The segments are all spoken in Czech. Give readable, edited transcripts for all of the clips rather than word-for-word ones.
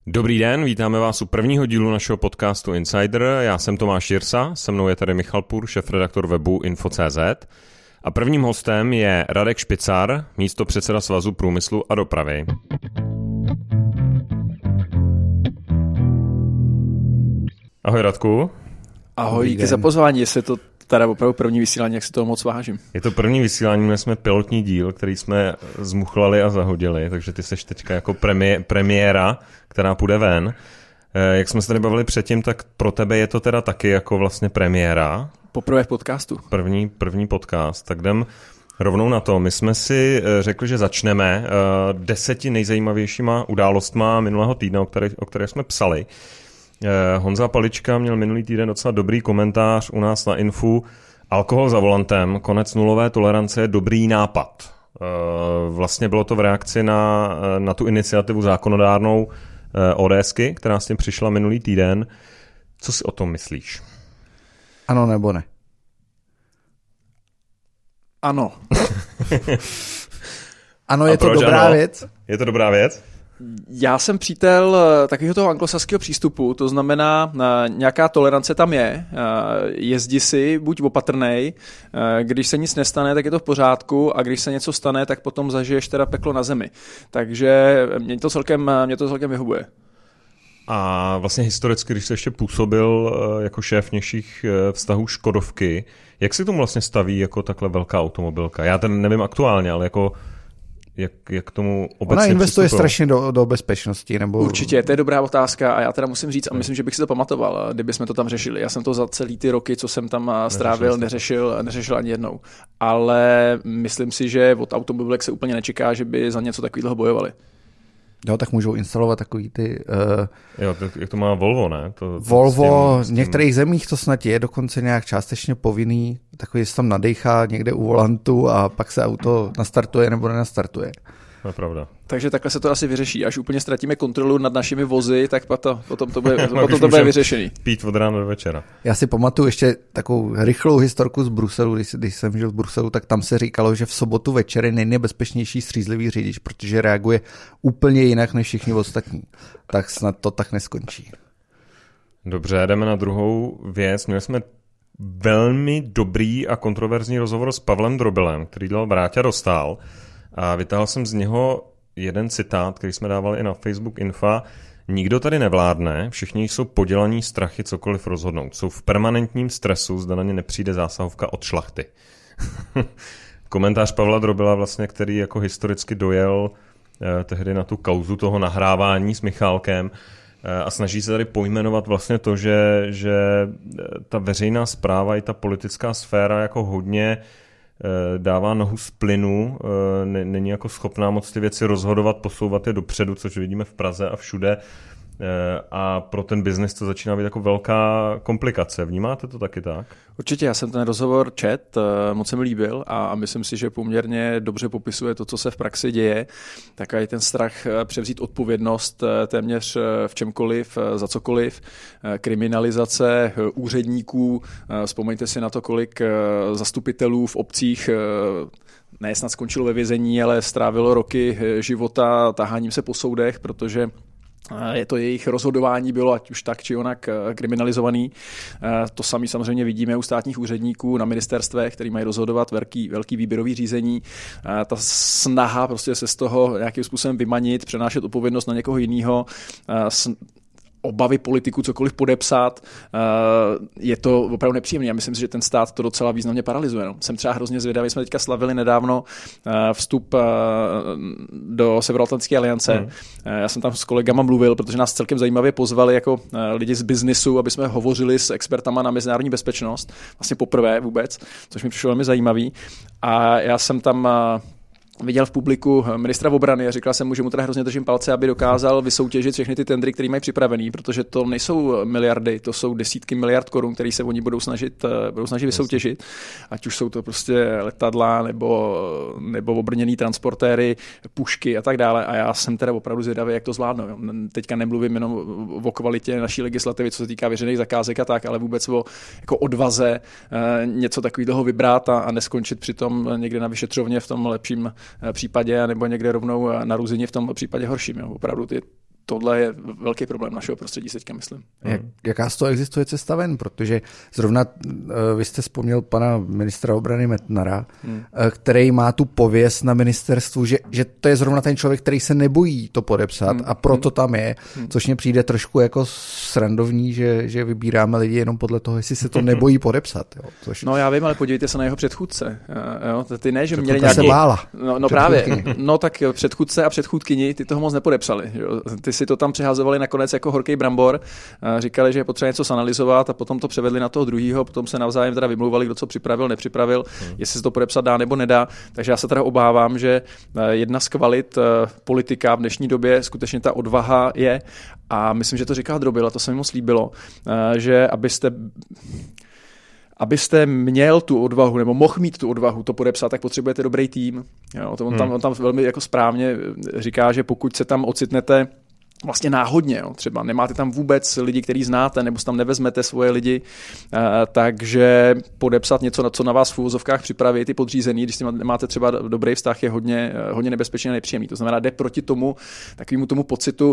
Dobrý den, vítáme vás u prvního dílu našeho podcastu Insider. Já jsem Tomáš Jirsa, se mnou je tady Michal Půr, šéfredaktor webu Info.cz. A prvním hostem je Radek Špicar, místopředseda Svazu průmyslu a dopravy. Ahoj Radku. Ahoj, díky za pozvání, jestli to teda opravdu první vysílání, jak si toho moc vážím. Je to první vysílání, my jsme pilotní díl, který jsme zmuchlali a zahodili, takže ty seš teďka jako premiéra, která půjde ven. Jak jsme se tady bavili předtím, tak pro tebe je to teda taky jako vlastně premiéra. Poprvé v podcastu. První podcast, tak jdem rovnou na to. My jsme si řekli, že začneme 10 nejzajímavějšíma událostma minulého týdne, o které jsme psali. Honza Palička měl minulý týden docela dobrý komentář u nás na Infu. Alkohol za volantem, konec nulové tolerance je dobrý nápad. Vlastně bylo to v reakci na tu iniciativu zákonodárnou ODSky, která s tím přišla minulý týden. Co si o tom myslíš? Ano nebo ne? Ano. Ano, je to dobrá věc. Je to dobrá věc? Já jsem přítel takového toho anglosaského přístupu, to znamená, nějaká tolerance tam je, jezdi si, buď opatrnej, když se nic nestane, tak je to v pořádku a když se něco stane, tak potom zažiješ teda peklo na zemi. Takže mě to celkem vyhovuje. A vlastně historicky, když jsi ještě působil jako šéf nějších vztahů Škodovky, jak si tomu vlastně staví jako takhle velká automobilka? Já ten nevím aktuálně, ale jako jak tomu obecně Ona investuje přistupuje? strašně do bezpečnosti. Nebo... Určitě, to je dobrá otázka a já teda musím říct, a myslím, že bych si to pamatoval, kdybychom to tam řešili. Já jsem to za celý ty roky, co jsem tam strávil, neřešil ani jednou. Ale myslím si, že od automobilek se úplně nečeká, že by za něco takového bojovali. Jo, tak můžou instalovat takový ty... Jo, jak to má Volvo, ne? Volvo, v některých zemích to snad je dokonce nějak částečně povinný, takový se tam nadechá někde u volantu a pak se auto nastartuje nebo nenastartuje. To je pravda. Takže takhle se to asi vyřeší. Až úplně ztratíme kontrolu nad našimi vozy, tak potom to bude vyřešený. Pít od rána do večera. Já si pamatuju ještě takovou rychlou historku z Bruselu, když jsem žil v Bruselu, tak tam se říkalo, že v sobotu večer je nejnebezpečnější střízlivý řidič, protože reaguje úplně jinak než všichni ostatní. Tak snad to tak neskončí. Dobře, jdeme na druhou věc. Měli jsme velmi dobrý a kontroverzní rozhovor s Pavlem Drobilem, který dělal Vráťa Dostál. A vytáhl jsem z něho jeden citát, který jsme dávali i na Facebook Infa. Nikdo tady nevládne, všichni jsou podělaní strachy cokoliv rozhodnout. Jsou v permanentním stresu, zda na ně nepřijde zásahovka od šlachty. Komentář Pavla Drobila vlastně, který jako historicky dojel tehdy na tu kauzu toho nahrávání s Michálkem a snaží se tady pojmenovat vlastně to, že ta veřejná správa i ta politická sféra jako hodně dává nohu z plynu, není jako schopná moc ty věci rozhodovat, posouvat je dopředu, což vidíme v Praze a všude. A pro ten biznis to začíná být jako velká komplikace. Vnímáte to taky tak? Určitě, já jsem ten rozhovor čet, moc se mi líbil a myslím si, že poměrně dobře popisuje to, co se v praxi děje. Takový ten strach převzít odpovědnost téměř v čemkoliv, za cokoliv, kriminalizace úředníků. Vzpomeňte si na to, kolik zastupitelů v obcích ne snad skončilo ve vězení, ale strávilo roky života taháním se po soudech, protože je to jejich rozhodování bylo ať už tak či onak kriminalizovaný. To samé samozřejmě vidíme u státních úředníků na ministerstvech, který mají rozhodovat velký výběrový řízení. Ta snaha prostě se z toho nějakým způsobem vymanit, přenášet odpovědnost na někoho jiného, obavy politiků cokoliv podepsat, je to opravdu nepříjemné. Já myslím si, že ten stát to docela významně paralyzuje. No. Jsem třeba hrozně zvědavý, jsme teďka slavili nedávno vstup do Severoatlantické aliance. Já jsem tam s kolegama mluvil, protože nás celkem zajímavě pozvali jako lidi z biznisu, aby jsme hovořili s expertama na mezinárodní bezpečnost. Vlastně poprvé vůbec, což mi přišlo velmi zajímavý. A já jsem tam viděl v publiku ministra obrany a říkal jsem mu, že mu teda hrozně držím palce, aby dokázal vysoutěžit všechny ty tendry, které mají připravený, protože to nejsou miliardy, to jsou desítky miliard korun, které se oni budou snažit vysoutěžit. Ať už jsou to prostě letadla nebo obrněný transportéry, pušky a tak dále. A já jsem teda opravdu zvědavý, jak to zvládnou. Teďka nemluvím jenom o kvalitě naší legislativy, co se týká veřejných zakázek a tak, ale vůbec o jako odvaze něco takového vybrat a neskončit přitom někde na vyšetřovně v tom lepším případě, nebo někde rovnou na Ruzině v tom případě horším. Jo. Opravdu tohle je velký problém našeho prostředí, teďka myslím. Jaká z toho existuje cesta ven? Protože zrovna vy jste vzpomněl pana ministra obrany Metnara, který má tu pověst na ministerstvu, že to je zrovna ten člověk, který se nebojí to podepsat a proto tam je, což mně přijde trošku jako srandovní, že vybíráme lidi jenom podle toho, jestli se to nebojí podepsat. Jo? Což... No já vím, ale podívejte se na jeho předchůdce. Jo? Ty ne, že měli nějaký... se bála. No právě. No tak předchůdce a předchůdkyni, ty toho moc nepodepsali. Jo? Ty si to tam přehazovali nakonec jako horký brambor, říkali, že je potřeba něco zanalyzovat a potom to převedli na toho druhýho, potom se navzájem teda vymlouvali, kdo co připravil, nepřipravil, jestli se to podepsat dá nebo nedá. Takže já se teda obávám, že jedna z kvalit politika v dnešní době skutečně ta odvaha je, a myslím, že to říká Drobil, a to se mi moc líbilo, že abyste měl tu odvahu, nebo mohl mít tu odvahu to podepsat, tak potřebujete dobrý tým. Jo, on tam velmi jako správně říká, že pokud se tam ocitnete vlastně náhodně, jo, třeba nemáte tam vůbec lidi, který znáte, nebo tam nevezmete svoje lidi, takže podepsat něco, co na vás v úvozovkách připraví ty podřízený, když máte třeba dobrý vztah, je hodně nebezpečný a nepříjemný. To znamená, jde proti takovému tomu pocitu,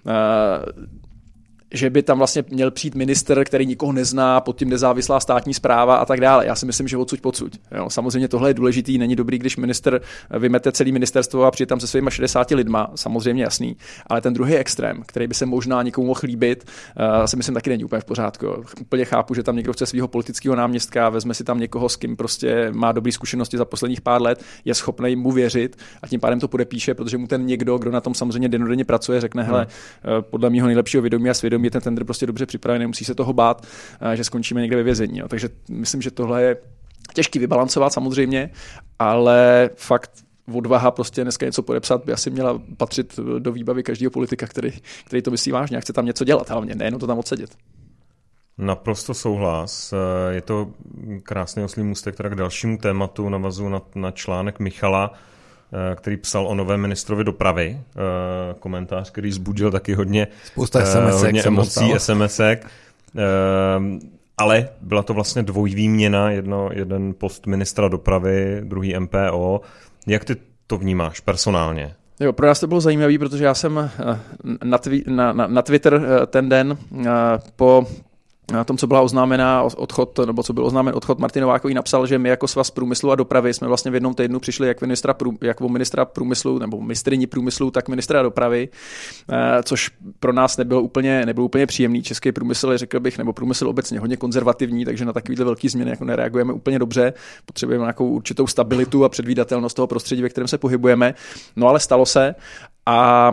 že by tam vlastně měl přijít ministr, který nikoho nezná, pod tím nezávislá státní správa a tak dále. Já si myslím, že odsud pocud. Jo, samozřejmě tohle je důležitý, není dobrý, když minister vymete celý ministerstvo a přijde tam se svýma 60 lidma, samozřejmě jasný, ale ten druhý extrém, který by se možná někomu mohl líbit, si myslím taky není úplně v pořádku. Úplně chápu, že tam někdo chce svého politického náměstka, vezme si tam někoho, s kým prostě má dobré zkušenosti za posledních pár let, je schopný mu věřit a tím pádem to podepíše, protože mu ten někdo, kdo na tom samozřejmě dennodenně pracuje, řekne, hele, podle mého nejlepšího vědomí a svědomí je ten tender prostě dobře připravený, nemusí se toho bát, že skončíme někde ve vězení. Jo. Takže myslím, že tohle je těžký vybalancovat samozřejmě, ale fakt odvaha prostě dneska něco podepsat by asi měla patřit do výbavy každého politika, který to myslí vážně a chce tam něco dělat, hlavně nejenom to tam odsedět. Naprosto souhlas. Je to krásný oslý můstek teda k dalšímu tématu, navazuji na článek Michala, který psal o novém ministrovi dopravy. Komentář, který vzbudil taky hodně emocí, SMS-ek. Ale byla to vlastně dvojí výměna, jeden post ministra dopravy, druhý MPO. Jak ty to vnímáš personálně? Jo, pro nás to bylo zajímavé, protože já jsem na Twitter ten den po tom, co byla oznámená odchod, nebo co byl oznámen odchod Martiny Novákové, napsal, že my jako Svaz průmyslu a dopravy jsme vlastně v jednom týdnu přišli jak o ministra průmyslu, nebo ministryni průmyslu, tak ministra dopravy, což pro nás nebylo úplně příjemný. Český průmysl, řekl bych, nebo průmysl obecně hodně konzervativní, takže na takovýhle velký změny jako nereagujeme úplně dobře. Potřebujeme nějakou určitou stabilitu a předvídatelnost toho prostředí, ve kterém se pohybujeme. No ale stalo se a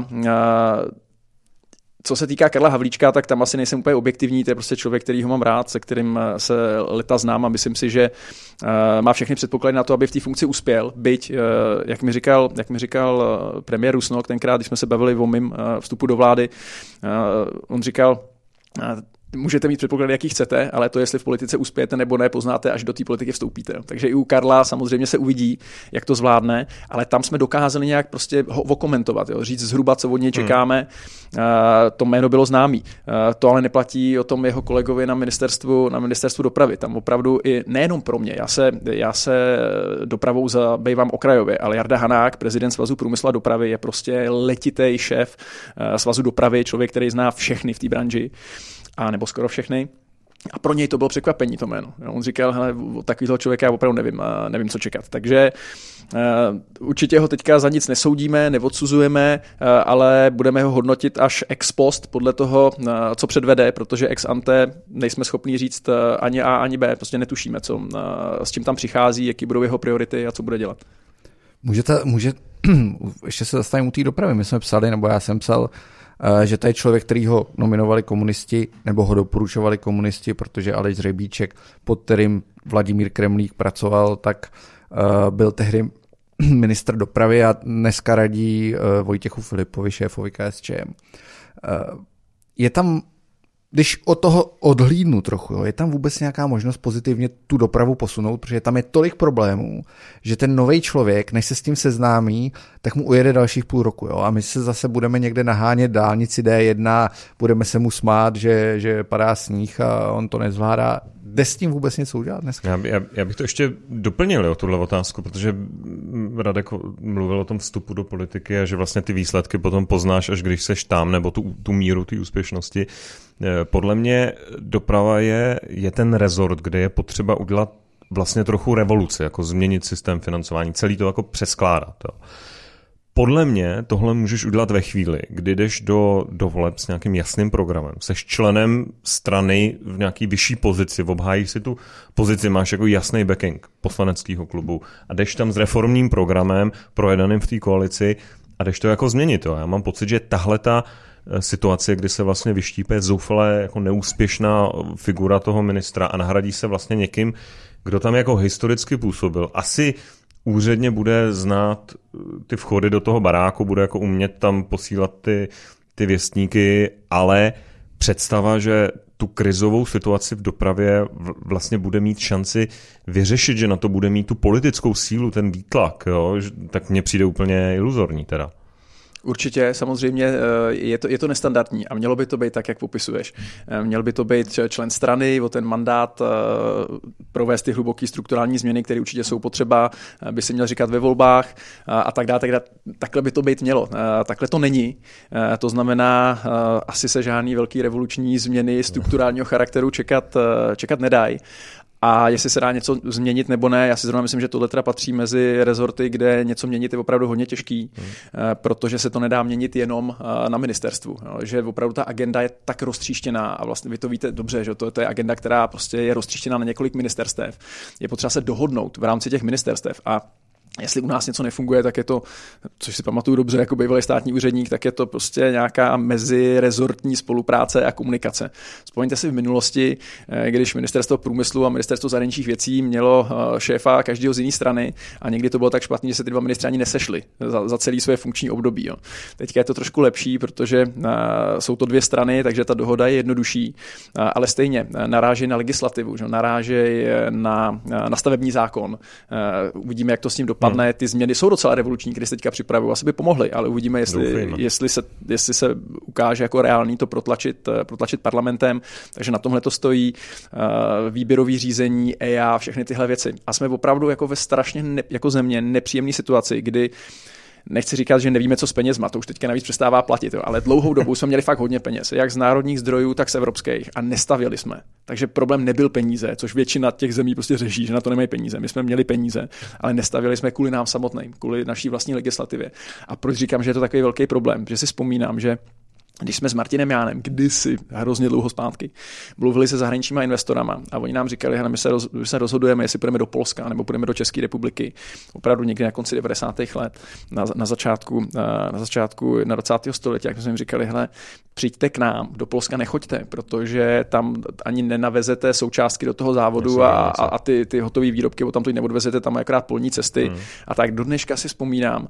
co se týká Karla Havlíčka, tak tam asi nejsem úplně objektivní, to je prostě člověk, který ho mám rád, se kterým se leta znám a myslím si, že má všechny předpoklady na to, aby v té funkci uspěl. Byť, jak mi říkal premiér Rusnok tenkrát, když jsme se bavili o mým vstupu do vlády, on říkal, můžete mít předpoklady, jaký chcete, ale to, jestli v politice uspějete nebo ne, poznáte, až do té politiky vstoupíte. Takže i u Karla samozřejmě se uvidí, jak to zvládne, ale tam jsme dokázali nějak prostě ho okomentovat, jo, říct zhruba, co od něj čekáme. To jméno bylo známý. To ale neplatí o tom jeho kolegovi na ministerstvu dopravy. Tam opravdu i nejenom pro mě, já se dopravou zabývám okrajově, ale Jarda Hanák, prezident Svazu průmyslu a dopravy, je prostě letitý šéf Svazu dopravy, člověk, který zná všechny v té branži. A nebo skoro všechny. A pro něj to bylo překvapení, to jméno. On říkal, hele, od takového člověka já opravdu nevím, co čekat. Takže určitě ho teďka za nic nesoudíme, neodsuzujeme, ale budeme ho hodnotit až ex post podle toho, co předvede, protože ex ante nejsme schopni říct ani A, ani B. Prostě netušíme, s čím tam přichází, jaký budou jeho priority a co bude dělat. Ještě se zastavím u té dopravy. My jsme psali, nebo já jsem psal, že to je člověk, který ho nominovali komunisti, nebo ho doporučovali komunisti, protože Aleš Řebíček, pod kterým Vladimír Kremlík pracoval, tak byl tehdy ministr dopravy a dneska radí Vojtěchu Filipovi, šéfovi KSČM. Je tam, když od toho odhlídnu trochu, jo, je tam vůbec nějaká možnost pozitivně tu dopravu posunout, protože tam je tolik problémů, že ten novej člověk, než se s tím seznámí, tak mu ujede dalších půl roku. Jo, a my se zase budeme někde nahánět dálnici D1, budeme se mu smát, že padá sníh a on to nezvládá. jde s tím vůbec něco udělat dneska? Já bych to ještě doplnil o tuhle otázku, protože Radek mluvil o tom vstupu do politiky a že vlastně ty výsledky potom poznáš, až když seš tam, nebo tu míru té úspěšnosti. Podle mě doprava je ten rezort, kde je potřeba udělat vlastně trochu revoluci, jako změnit systém financování, celý to jako přeskládat. Jo. Podle mě tohle můžeš udělat ve chvíli, kdy jdeš do voleb s nějakým jasným programem. Seš členem strany v nějaký vyšší pozici, obhájíš si tu pozici, máš jako jasný backing poslaneckého klubu a jdeš tam s reformním programem projedaným v té koalici a jdeš to jako změnit. Jo. Já mám pocit, že tahle ta situace, kdy se vlastně vyštípe zoufale jako neúspěšná figura toho ministra a nahradí se vlastně někým, kdo tam jako historicky působil. Asi úředně bude znát ty vchody do toho baráku, bude jako umět tam posílat ty věstníky, ale představa, že tu krizovou situaci v dopravě vlastně bude mít šanci vyřešit, že na to bude mít tu politickou sílu, ten výtlak, jo, tak mně přijde úplně iluzorní teda. Určitě, samozřejmě je to nestandardní a mělo by to být tak, jak popisuješ. Měl by to být člen strany, o ten mandát provést ty hluboké strukturální změny, které určitě jsou potřeba, by se měl říkat ve volbách a tak dále. Takhle by to být mělo. Takhle to není. To znamená, asi se žádný velký revoluční změny strukturálního charakteru čekat nedají. A jestli se dá něco změnit nebo ne, já si zrovna myslím, že tohle teda patří mezi rezorty, kde něco měnit je opravdu hodně těžký, protože se to nedá měnit jenom na ministerstvu. Že opravdu ta agenda je tak roztříštěná a vlastně vy to víte dobře, že to je agenda, která prostě je roztříštěná na několik ministerstev. Je potřeba se dohodnout v rámci těch ministerstev a jestli u nás něco nefunguje, tak je to, což si pamatuju dobře jako bývalý státní úředník, tak je to prostě nějaká mezirezortní spolupráce a komunikace. Vzpomeňte si v minulosti, když ministerstvo průmyslu a ministerstvo zahraničních věcí mělo šéfa každého z jiné strany a někdy to bylo tak špatný, že se ty dva ministři ani nesešli za celý své funkční období. Jo. Teďka je to trošku lepší, protože jsou to dvě strany, takže ta dohoda je jednodušší, ale stejně narážejí na legislativu, že? Narážejí na stavební zákon. Uvidíme, jak to s ním dopadne. Ty změny jsou docela revoluční, které se teďka připravují, asi by pomohly, ale uvidíme, jestli se ukáže jako reálný to protlačit parlamentem, takže na tomhle to stojí výběrový řízení, EIA, všechny tyhle věci. A jsme opravdu jako ve strašně jako země nepříjemné situaci, kdy nechci říkat, že nevíme, co s penězma, to už teďka navíc přestává platit, jo, ale dlouhou dobu jsme měli fakt hodně peněz, jak z národních zdrojů, tak z evropských a nestavěli jsme. Takže problém nebyl peníze, což většina těch zemí prostě řeší, že na to nemají peníze. My jsme měli peníze, ale nestavěli jsme kvůli nám samotným, kvůli naší vlastní legislativě. A proč říkám, že je to takový velký problém, že si vzpomínám, že když jsme s Martinem Jánem kdysi hrozně dlouho zpátky mluvili se zahraničníma investorama a oni nám říkali, že my se rozhodujeme, jestli půjdeme do Polska nebo půjdeme do České republiky. Opravdu někdy na konci 90. let, na začátku 20. století, jak jsme jim říkali, hele, přijďte k nám, do Polska nechoďte, protože tam ani nenavezete součástky do toho závodu a ty hotové výrobky, tam to neodvezete, tam akorát polní cesty. A tak do dneška si vzpomínám,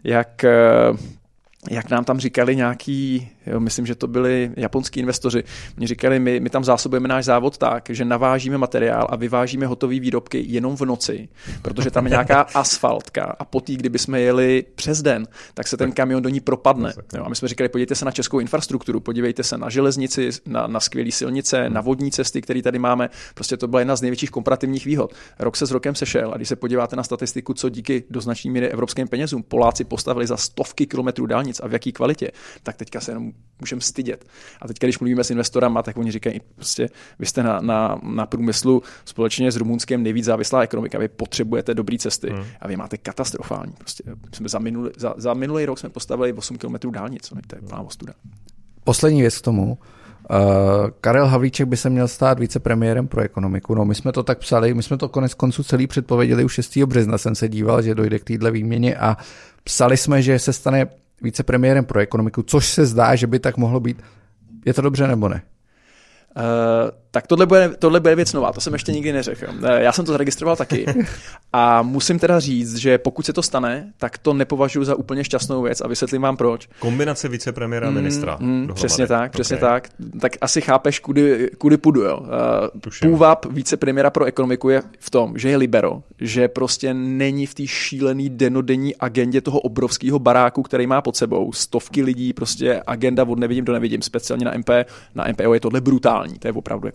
jak nám tam říkali nějaký, myslím, že to byli japonský investoři, mě říkali, my tam zásobujeme náš závod tak, že navážíme materiál a vyvážíme hotové výrobky jenom v noci, protože tam je nějaká asfaltka a potý, kdyby jsme jeli přes den, tak se ten kamion do ní propadne. Jo, a my jsme říkali, podívejte se na českou infrastrukturu, podívejte se na železnici, na skvělé silnice, na vodní cesty, které tady máme. Prostě to byla jedna z největších komparativních výhod. Rok se s rokem sešel a když se podíváte na statistiku, co díky do značné míry evropským penězům Poláci postavili za stovky kilometrů dálnic a v jaký kvalitě, tak teďka se jenom můžeme stydět. A teď, když mluvíme s investorama, tak oni říkají, prostě vy jste na průmyslu společně s Rumunskem nejvíc závislá ekonomika, vy potřebujete dobré cesty a vy máte katastrofální. Prostě jsme za minulý rok jsme postavili 8 kilometrů dálnic, to je plná ostuda. Poslední věc k tomu. Karel Havlíček by se měl stát vicepremiérem pro ekonomiku. No, my jsme to tak psali, my jsme to konec konců celý předpověděli už 6. března, jsem se díval, že dojde k téhle výměně a psali jsme, že se stane vicepremiérem pro ekonomiku, což se zdá, že by tak mohlo být. Je to dobře nebo ne? Tak tohle bude věc nová, to jsem ještě nikdy neřekl. Já jsem to zaregistroval taky a musím teda říct, že pokud se to stane, tak to nepovažuji za úplně šťastnou věc a vysvětlím vám proč. Kombinace vicepremiéra a ministra. Přesně tak. Tak asi chápeš, kudy půjdu. Jo. Půvab vicepremiéra pro ekonomiku je v tom, že je libero, že prostě není v té šílený denodenní agendě toho obrovského baráku, který má pod sebou stovky lidí, prostě agenda od nevidím do nevidím, speciálně na MPO je tohle brutální, to je opravdu jako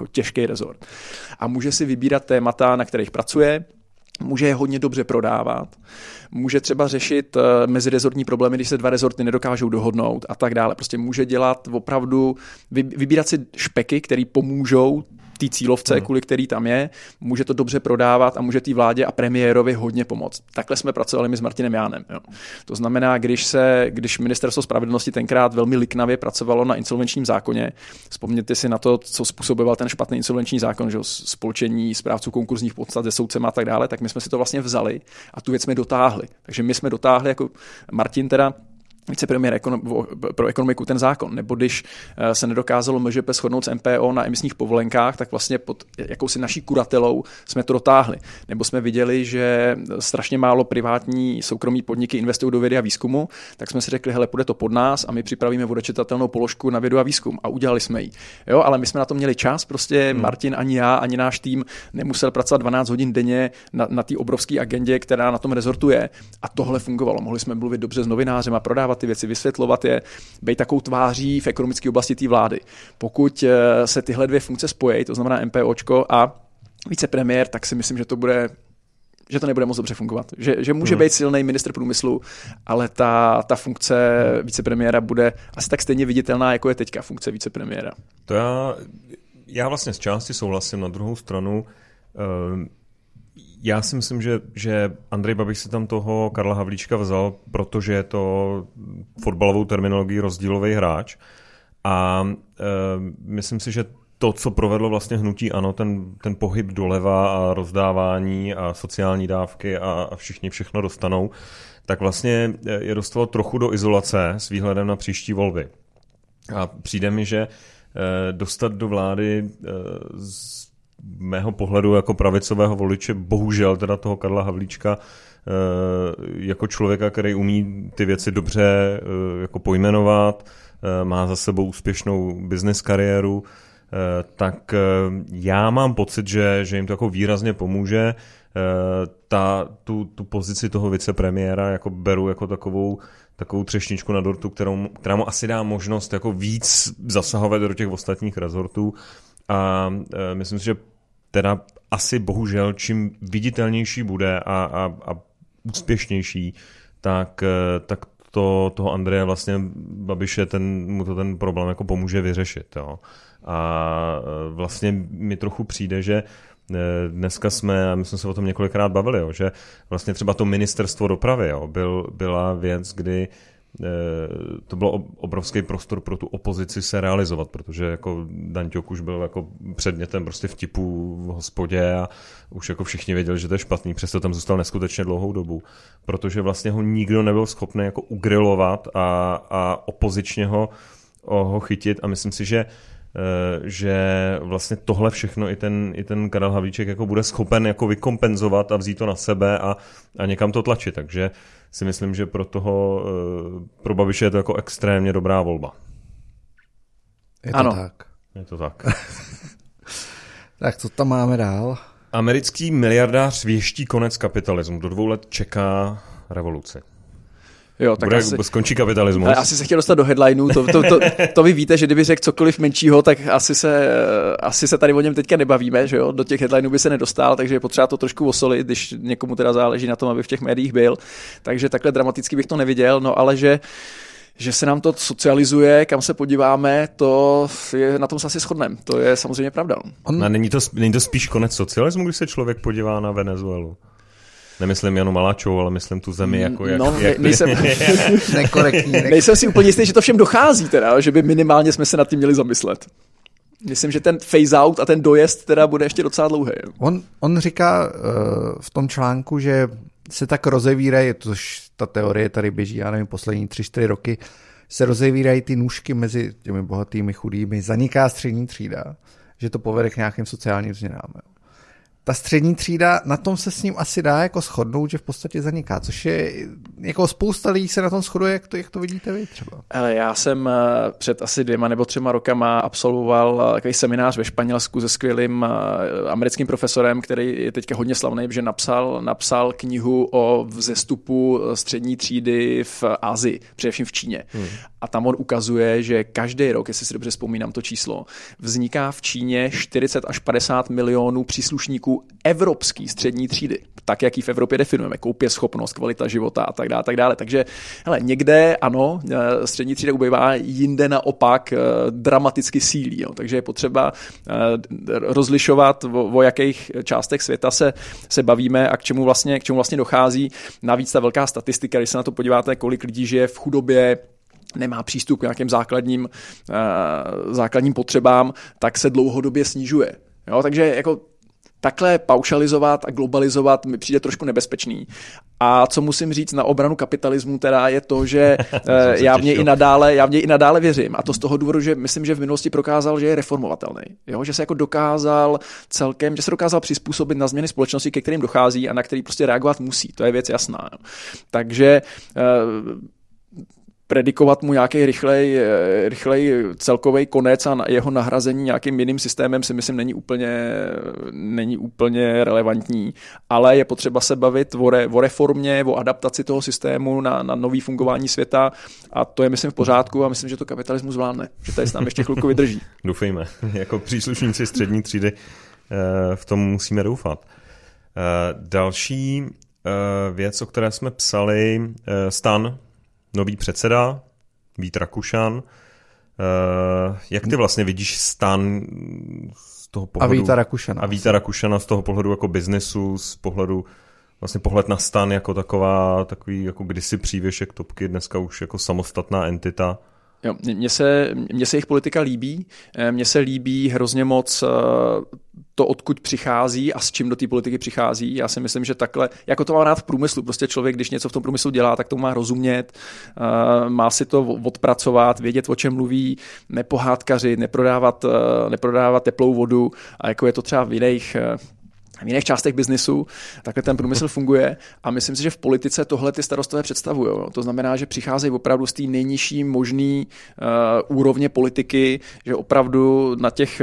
jako těžký rezort. A může si vybírat témata, na kterých pracuje, může je hodně dobře prodávat, může třeba řešit mezirezortní problémy, když se 2 rezorty nedokážou dohodnout a tak dále. Prostě může dělat opravdu, vybírat si špeky, které pomůžou té cílovce, kvůli který tam je, může to dobře prodávat a může té vládě a premiérovi hodně pomoct. Takhle jsme pracovali my s Martinem Jánem. Jo. To znamená, když ministerstvo spravedlnosti tenkrát velmi liknavě pracovalo na insolvenčním zákoně, vzpomněte si na to, co způsoboval ten špatný insolvenční zákon, že spolčení správců konkurzních podstat se soudcema a tak dále, tak my jsme si to vlastně vzali a tu věc jsme dotáhli. Takže my jsme dotáhli jako Martin teda vicepremiér pro ekonomiku ten zákon, nebo když se nedokázalo MŽP shodnout s MPO na emisních povolenkách, tak vlastně pod jakousi naší kuratelou jsme to dotáhli. Nebo jsme viděli, že strašně málo privátní soukromí podniky investují do vědy a výzkumu, tak jsme si řekli, hele, půjde to pod nás a my připravíme odečitatelnou položku na vědu a výzkum a udělali jsme ji. Jo, ale my jsme na to měli čas, prostě Martin ani já, ani náš tým nemusel pracovat 12 hodin denně na té obrovské agendě, která na tom rezortu je, a tohle fungovalo. Mohli jsme mluvit dobře s novinářem a prodávat ty věci, vysvětlovat je, být takovou tváří v ekonomické oblasti té vlády. Pokud se tyhle 2 funkce spojí, to znamená MPOčko a vicepremiér, tak si myslím, že to nebude moc dobře fungovat. Že může být silný ministr průmyslu, ale ta funkce vicepremiéra bude asi tak stejně viditelná, jako je teďka funkce vicepremiéra. To já vlastně z části souhlasím, na druhou stranu já si myslím, že Andrej Babiš si tam toho Karla Havlíčka vzal, protože je to fotbalovou terminologií rozdílový hráč. A myslím si, že to, co provedlo vlastně hnutí ANO, ten pohyb doleva a rozdávání a sociální dávky a všichni všechno dostanou, tak vlastně je dostalo trochu do izolace s výhledem na příští volby. A přijde mi, že dostat do vlády z mého pohledu jako pravicového voliče, bohužel teda toho Karla Havlíčka, jako člověka, který umí ty věci dobře jako pojmenovat, má za sebou úspěšnou business kariéru, tak já mám pocit, že jim to jako výrazně pomůže. Tu pozici toho vicepremiéra jako beru jako takovou třešničku na dortu, která mu asi dá možnost jako víc zasahovat do těch ostatních rezortů. A myslím si, že teda asi bohužel čím viditelnější bude a úspěšnější, tak toho Andreje vlastně Babiše mu to ten problém jako pomůže vyřešit. Jo. A vlastně mi trochu přijde, že dneska jsme, a my jsme se o tom několikrát bavili, jo, že vlastně třeba to ministerstvo dopravy byla věc, kdy to byl obrovský prostor pro tu opozici se realizovat, protože jako Dan Ťok už byl jako předmětem prostě vtipů v hospodě a už jako všichni věděli, že to je špatný, přesto tam zůstal neskutečně dlouhou dobu, protože vlastně ho nikdo nebyl schopný jako ugrilovat a opozičně ho chytit, a myslím si, že vlastně tohle všechno i ten Karel Havlíček jako bude schopen jako vykompenzovat a vzít to na sebe a někam to tlačit, takže si myslím, že pro Babiše je to jako extrémně dobrá volba. Je to tak. Je to tak. Tak co tam máme dál? Americký miliardář věští konec kapitalismu. Do 2 let čeká revoluci. Jo, tak skončí kapitalismus. Asi se chtěl dostat do headlineu, to vy víte, že kdyby řekl cokoliv menšího, tak asi se tady o něm teďka nebavíme, že jo? Do těch headlineů by se nedostal, takže je potřeba to trošku osolit, když někomu teda záleží na tom, aby v těch médiích byl. Takže takhle dramaticky bych to neviděl, no ale že se nám to socializuje, kam se podíváme, na tom se asi shodneme. To je samozřejmě pravda. Není to spíš konec socialismu, když se člověk podívá na Venezuelu? Nemyslím Janu Maláčovou, ale myslím tu zemi jako nekorektní. Nejsem si úplně jistý, že to všem dochází teda, že by minimálně jsme se nad tím měli zamyslet. Myslím, že ten phase out a ten dojezd teda bude ještě docela dlouhý. On říká v tom článku, že se tak rozevírají, což ta teorie tady běží, já nevím, poslední 3-4 roky, se rozevírají ty nůžky mezi těmi bohatými, chudými, zaniká střední třída, že to povede k nějakým sociálním změnám. ta střední třída, na tom se s ním asi dá jako shodnout, že v podstatě zaniká, což je jako spousta lidí se na tom shoduje, jak to vidíte vy třeba? Já jsem před asi 2 nebo 3 rokama absolvoval takový seminář ve Španělsku se skvělým americkým profesorem, který je teďka hodně slavný, že napsal knihu o vzestupu střední třídy v Asii, především v Číně. A tam on ukazuje, že každý rok, jestli si dobře vzpomínám to číslo, vzniká v Číně 40 až 50 milionů příslušníků evropské střední třídy, tak jak ji v Evropě definujeme, koupěschopnost, kvalita života a tak dále. Takže hele, někde ano, střední třída ubývá, jinde naopak dramaticky sílí. Jo. Takže je potřeba rozlišovat, o jakých částech světa se bavíme a k čemu vlastně dochází. Navíc ta velká statistika, když se na to podíváte, kolik lidí žije v chudobě, nemá přístup k nějakým základním potřebám, tak se dlouhodobě snižuje. Jo, takže jako takhle paušalizovat a globalizovat mi přijde trošku nebezpečný. A co musím říct na obranu kapitalismu teda je to, že já v něj i nadále věřím. A to z toho důvodu, že myslím, že v minulosti prokázal, že je reformovatelný. Jo? Že se jako dokázal že se dokázal přizpůsobit na změny společnosti, ke kterým dochází a na který prostě reagovat musí. To je věc jasná. Jo? Takže predikovat mu nějaký rychlej celkový konec a jeho nahrazení nějakým jiným systémem si myslím není úplně relevantní, ale je potřeba se bavit o reformě, o adaptaci toho systému na nový fungování světa a to je myslím v pořádku a myslím, že to kapitalismus zvládne, že tady s námi ještě chvilku vydrží. Doufejme, jako příslušníci střední třídy v tom musíme doufat. Další věc, o které jsme psali, STAN, nový předseda, Vít Rakušan. Jak ty vlastně vidíš STAN z toho pohledu? A Víta Rakušana z toho pohledu jako biznesu, z pohledu vlastně pohled na STAN jako takový jako kdysi přívěšek topky, dneska už jako samostatná entita. Jo, mně se jejich politika líbí. Mně se líbí hrozně moc to, odkud přichází a s čím do té politiky přichází. Já si myslím, že takhle, jako to mám rád v průmyslu, prostě člověk, když něco v tom průmyslu dělá, tak to má rozumět, má si to odpracovat, vědět, o čem mluví, nepohádkařit, neprodávat teplou vodu a jako je to třeba v jiných částech biznisu, takhle ten průmysl funguje a myslím si, že v politice tohle ty starostové představují. To znamená, že přicházejí opravdu z té nejnižší možné úrovně politiky, že opravdu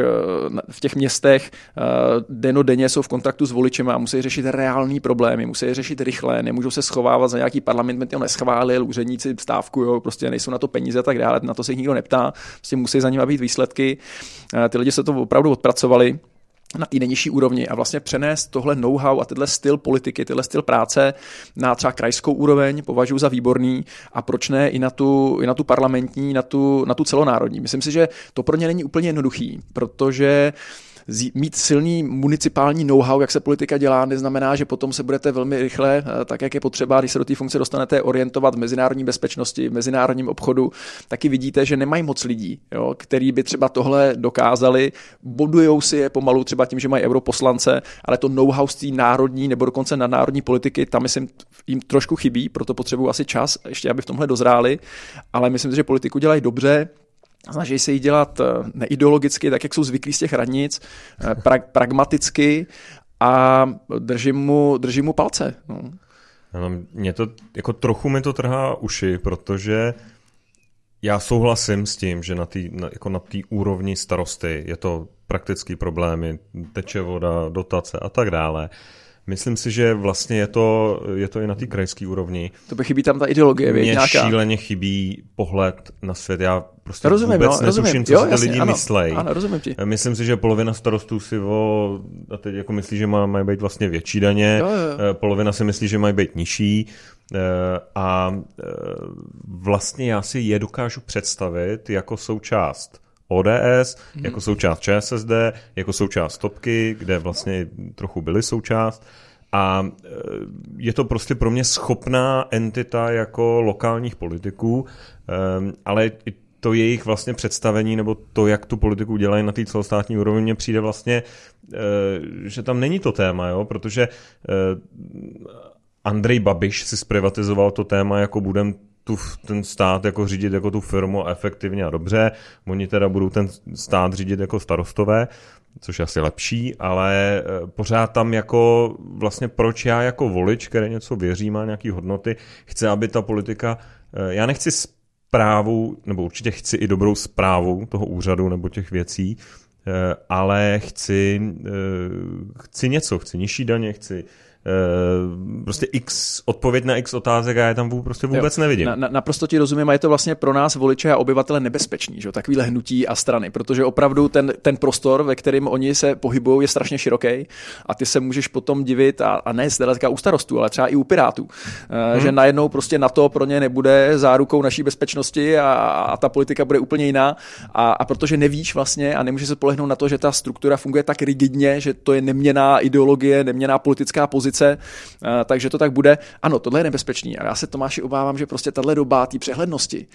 v těch městech dennodenně jsou v kontaktu s voličem a musí řešit reální problémy, musí řešit rychle, nemůžou se schovávat za nějaký parlament, to neschválil, úředníci stávkují, prostě nejsou na to peníze a tak dále, na to se jich nikdo neptá, prostě musí za nimi být výsledky. Ty lidi se to opravdu odpracovali na té nejnižší úrovni a vlastně přenést tohle know-how a tenhle styl politiky, tenhle styl práce na třeba krajskou úroveň považuji za výborný a proč ne i na tu parlamentní, na tu celonárodní. Myslím si, že to pro ně není úplně jednoduchý, protože mít silný municipální know-how, jak se politika dělá, neznamená, že potom se budete velmi rychle, tak jak je potřeba, když se do té funkce dostanete, orientovat v mezinárodní bezpečnosti, v mezinárodním obchodu. Taky vidíte, že nemají moc lidí, jo, který by třeba tohle dokázali, bodujou si je pomalu třeba tím, že mají europoslance, ale to know-how z té národní nebo dokonce nadnárodní politiky, tam myslím, jim trošku chybí, proto potřebují asi čas, ještě aby v tomhle dozráli, ale myslím si, že politiku dělají dobře. Snaží se jí dělat neideologicky, tak jak jsou zvyklí z těch radnic, pragmaticky a držím mu palce. No. Mě to, jako trochu mi to trhá uši, protože já souhlasím s tím, že na té úrovni starosty je to praktický problémy, teče voda, dotace a tak dále. Myslím si, že vlastně je to i na té krajské úrovni. To by chybí tam ta ideologie. Mně šíleně chybí pohled na svět. Já prostě vůbec netuším, co si ty lidi myslejí. Ano, rozumím ti. Myslím si, že polovina starostů si a teď jako myslí, že mají být vlastně větší daně, jo. Polovina si myslí, že mají být nižší a vlastně já si je dokážu představit jako součást ODS, jako součást ČSSD, jako součást Topky, kde vlastně trochu byly součást. A je to prostě pro mě schopná entita jako lokálních politiků, ale to jejich vlastně představení nebo to, jak tu politiku dělají na té celostátní úrovni, mně přijde vlastně, že tam není to téma, jo? Protože Andrej Babiš si zprivatizoval to téma, jako budem ten stát jako řídit jako tu firmu efektivně a dobře. Oni teda budou ten stát řídit jako starostové, což je asi lepší, ale pořád tam jako vlastně proč já jako volič, který něco věří, má nějaký hodnoty, chce, aby ta politika, já nechci správu, nebo určitě chci i dobrou správu toho úřadu nebo těch věcí, ale chci něco, chci nižší daně, chci prostě odpověď na x otázek a já tam prostě vůbec nevidím. Naprosto ti rozumím a je to vlastně pro nás voliče a obyvatele nebezpečný, že? Takovýhle hnutí a strany, protože opravdu ten prostor, ve kterém oni se pohybují, je strašně široký a ty se můžeš potom divit a ne zda u Starostů, ale třeba i u Pirátů, že najednou prostě NATO pro ně nebude zárukou naší bezpečnosti a ta politika bude úplně jiná a protože nevíš vlastně a nemůžeš se spolehnout na to, že ta struktura funguje tak rigidně, že to je neměnná ideologie, neměnná politická pozice, takže to tak bude. Ano, tohle je nebezpečný. A já se, Tomáši, obávám, že prostě tahle doba té přehlednosti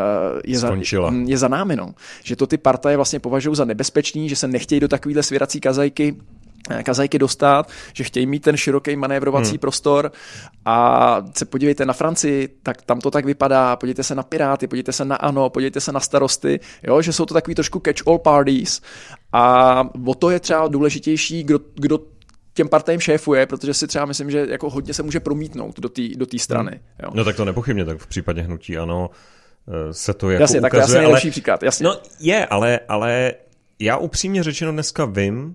je za námi. No. Že to ty partaje vlastně považují za nebezpečný, že se nechtějí do takovýhle svěrací kazajky dostat, že chtějí mít ten široký manévrovací prostor a se podívejte na Francii, tak tam to tak vypadá, podívejte se na Piráty, podívejte se na ANO, podívejte se na Starosty, jo, že jsou to takový trošku catch-all parties a o to je třeba důležitější, kdo těm partajím šéfuje, protože si třeba myslím, že jako hodně se může promítnout do té strany. Jo. No tak to nepochybně, tak v případě hnutí ANO se to jako jasně, ukazuje. Tak to je nejlepší příklad, jasně. No je, ale já upřímně řečeno dneska vím,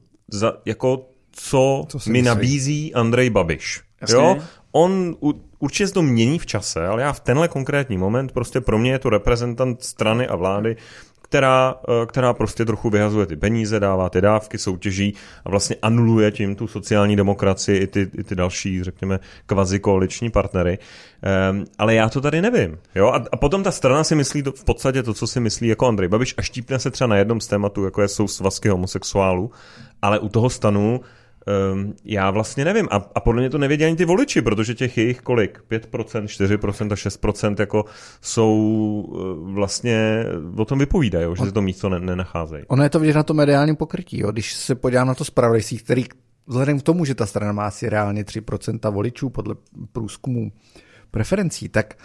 co mi nabízí Andrej Babiš. Jo? On určitě se to mění v čase, ale já v tenhle konkrétní moment prostě pro mě je to reprezentant strany a vlády, která prostě trochu vyhazuje ty peníze, dává ty dávky, soutěží a vlastně anuluje tím tu sociální demokracii i ty další, řekněme, kvazikoaliční partnery. Ale já to tady nevím. Jo? A potom ta strana si myslí v podstatě to, co si myslí jako Andrej Babiš a štípne se třeba na jednom z tématů, jako jsou svazky homosexuálů, ale u toho stanu já vlastně nevím. A podle mě to nevědí ani ty voliči, protože těch jejich kolik? 5%, 4% a 6% jako jsou vlastně o tom vypovídají, že si to místo nenacházejí. Ono je to vidět na to mediálním pokrytí. Jo? Když se podívám na to zpravodajství, který vzhledem k tomu, že ta strana má asi reálně 3% voličů podle průzkumu preferencí, tak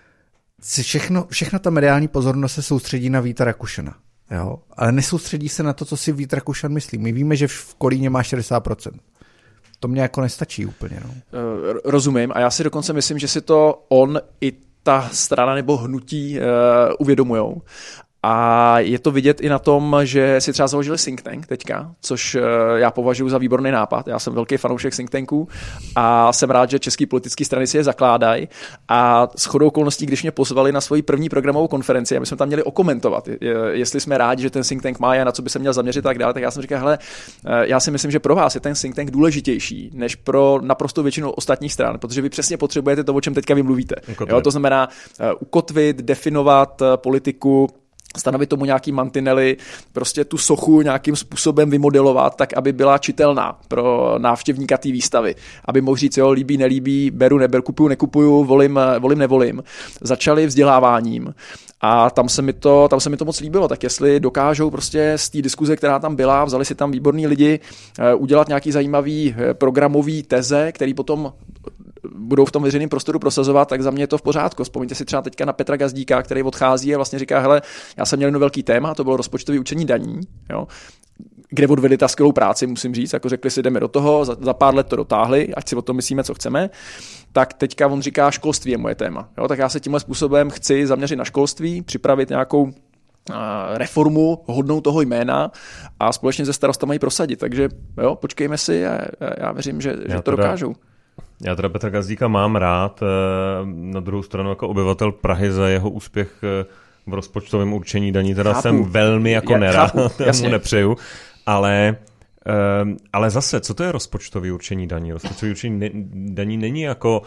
všechno ta mediální pozornost se soustředí na Víta Rakušana. Jo? Ale nesoustředí se na to, co si Vít Rakušan myslí. My víme, že v Kolíně má 60%. To mě jako nestačí úplně. No. Rozumím a já si dokonce myslím, že si to on i ta strana nebo hnutí uvědomujou. A je to vidět i na tom, že si třeba založili think tank teďka, což já považuji za výborný nápad. Já jsem velký fanoušek think tanků a jsem rád, že český politické strany si je zakládají. A shodou okolností, když mě pozvali na svoji první programovou konferenci, a my jsme tam měli okomentovat, jestli jsme rádi, že ten think tank má a na co by se měl zaměřit tak dále, tak já jsem říkal, hele, já si myslím, že pro vás je ten think tank důležitější než pro naprosto většinu ostatních stran, protože vy přesně potřebujete to, o čem teďka vy mluvíte. Jo, to znamená ukotvit, definovat politiku, stanovit tomu nějaký mantinely, prostě tu sochu nějakým způsobem vymodelovat, tak aby byla čitelná pro návštěvníka té výstavy. Aby mohl říct, jo, líbí, nelíbí, beru, neberu, kupuju, nekupuju, volím, nevolím. Začali vzděláváním a tam se mi to moc líbilo, tak jestli dokážou prostě z té diskuze, která tam byla, vzali si tam výborní lidi, udělat nějaký zajímavý programový teze, který potom budou v tom veřejném prostoru prosazovat, tak za mě je to v pořádku. Vzpomeňte si třeba teďka na Petra Gazdíka, který odchází a vlastně říká, hele, já jsem měl jedno velký téma, to bylo rozpočtové určení daní, jo, kde odvedli ta skvělou práci, musím říct, jako řekli si, jdeme do toho, za pár let to dotáhli, ať si o tom myslíme, co chceme, tak teďka on říká, školství je moje téma. Jo, tak já se tímhle způsobem chci zaměřit na školství, připravit nějakou reformu hodnou toho jména a společně se starostama ji prosadit. Takže jo, počkejme si a já věřím, že to dokážou. Já teda Petra Gazdíka mám rád, na druhou stranu jako obyvatel Prahy za jeho úspěch v rozpočtovém určení daní, teda jsem velmi jako nerad, mu nepřeju, ale zase, co to je rozpočtové určení daní? Rozpočtové určení daní není jako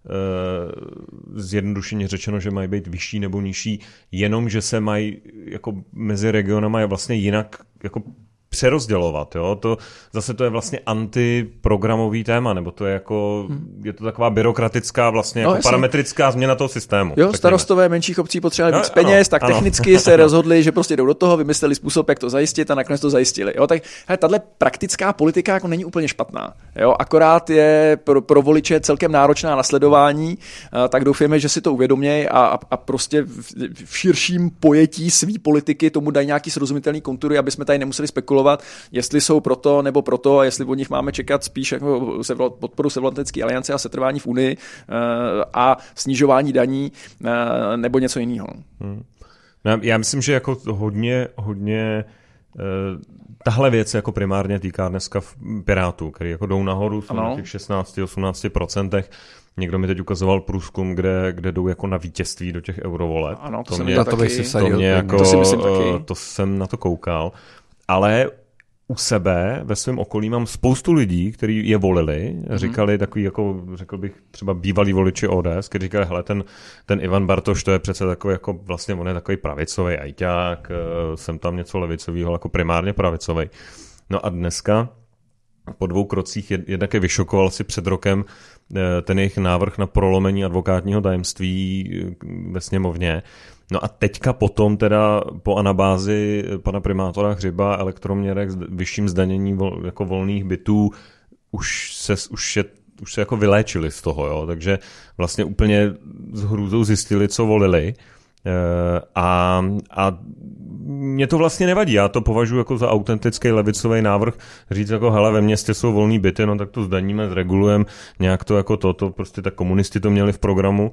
zjednodušeně řečeno, že mají být vyšší nebo nižší, jenom že se mají jako mezi regionama je vlastně jinak jako přerozdělovat, jo? To zase to je vlastně antiprogramový téma, nebo to je jako, je to taková byrokratická vlastně jako parametrická změna toho systému. Jo, starostové menších obcí potřebovali víc peněz, tak technicky se rozhodli, že prostě jdou do toho, vymysleli způsob, jak to zajistit a nakonec to zajistili. Jo, tak tahle praktická politika jako není úplně špatná. Jo, akorát je pro voliče celkem náročná na sledování, tak doufujeme, že si to uvědomějí a prostě v širším pojetí svý politiky tomu dají nějaký srozumitelný kontury, aby jsme tady nemuseli spekulovat, jestli jsou proto nebo proto a jestli od nich máme čekat spíš jako podporu Severoatlantické aliance a setrvání v Unii a snižování daní nebo něco jiného. Já myslím, že jako hodně tahle věc jako primárně týká dneska Pirátů, který jako jdou nahoru, jsou na těch 16-18%. Někdo mi teď ukazoval průzkum, kde jdou jako na vítězství do těch eurovoleb. Ano, to jsem na to koukal. Ale u sebe, ve svém okolí mám spoustu lidí, kteří je volili, říkali takový, jako řekl bych, třeba bývalí voliči ODS, kteří říkali, hele, ten Ivan Bartoš, to je přece takový, jako vlastně on je takový pravicový ajťák, jsem tam něco levicového, jako primárně pravicový. No a dneska po 2 krocích jednak je vyšokoval si před rokem ten jejich návrh na prolomení advokátního tajemství ve sněmovně. No a teďka potom teda po anabázi pana primátora Hřiba, elektroměrech, vyšším zdanění jako volných bytů už se jako vyléčili z toho, jo? Takže vlastně úplně s hrůzou zjistili, co volili. A mě to vlastně nevadí, já to považuji jako za autentický levicový návrh, říct jako hele, ve městě jsou volný byty, no tak to zdaníme, zregulujeme, nějak to jako to prostě tak komunisti to měli v programu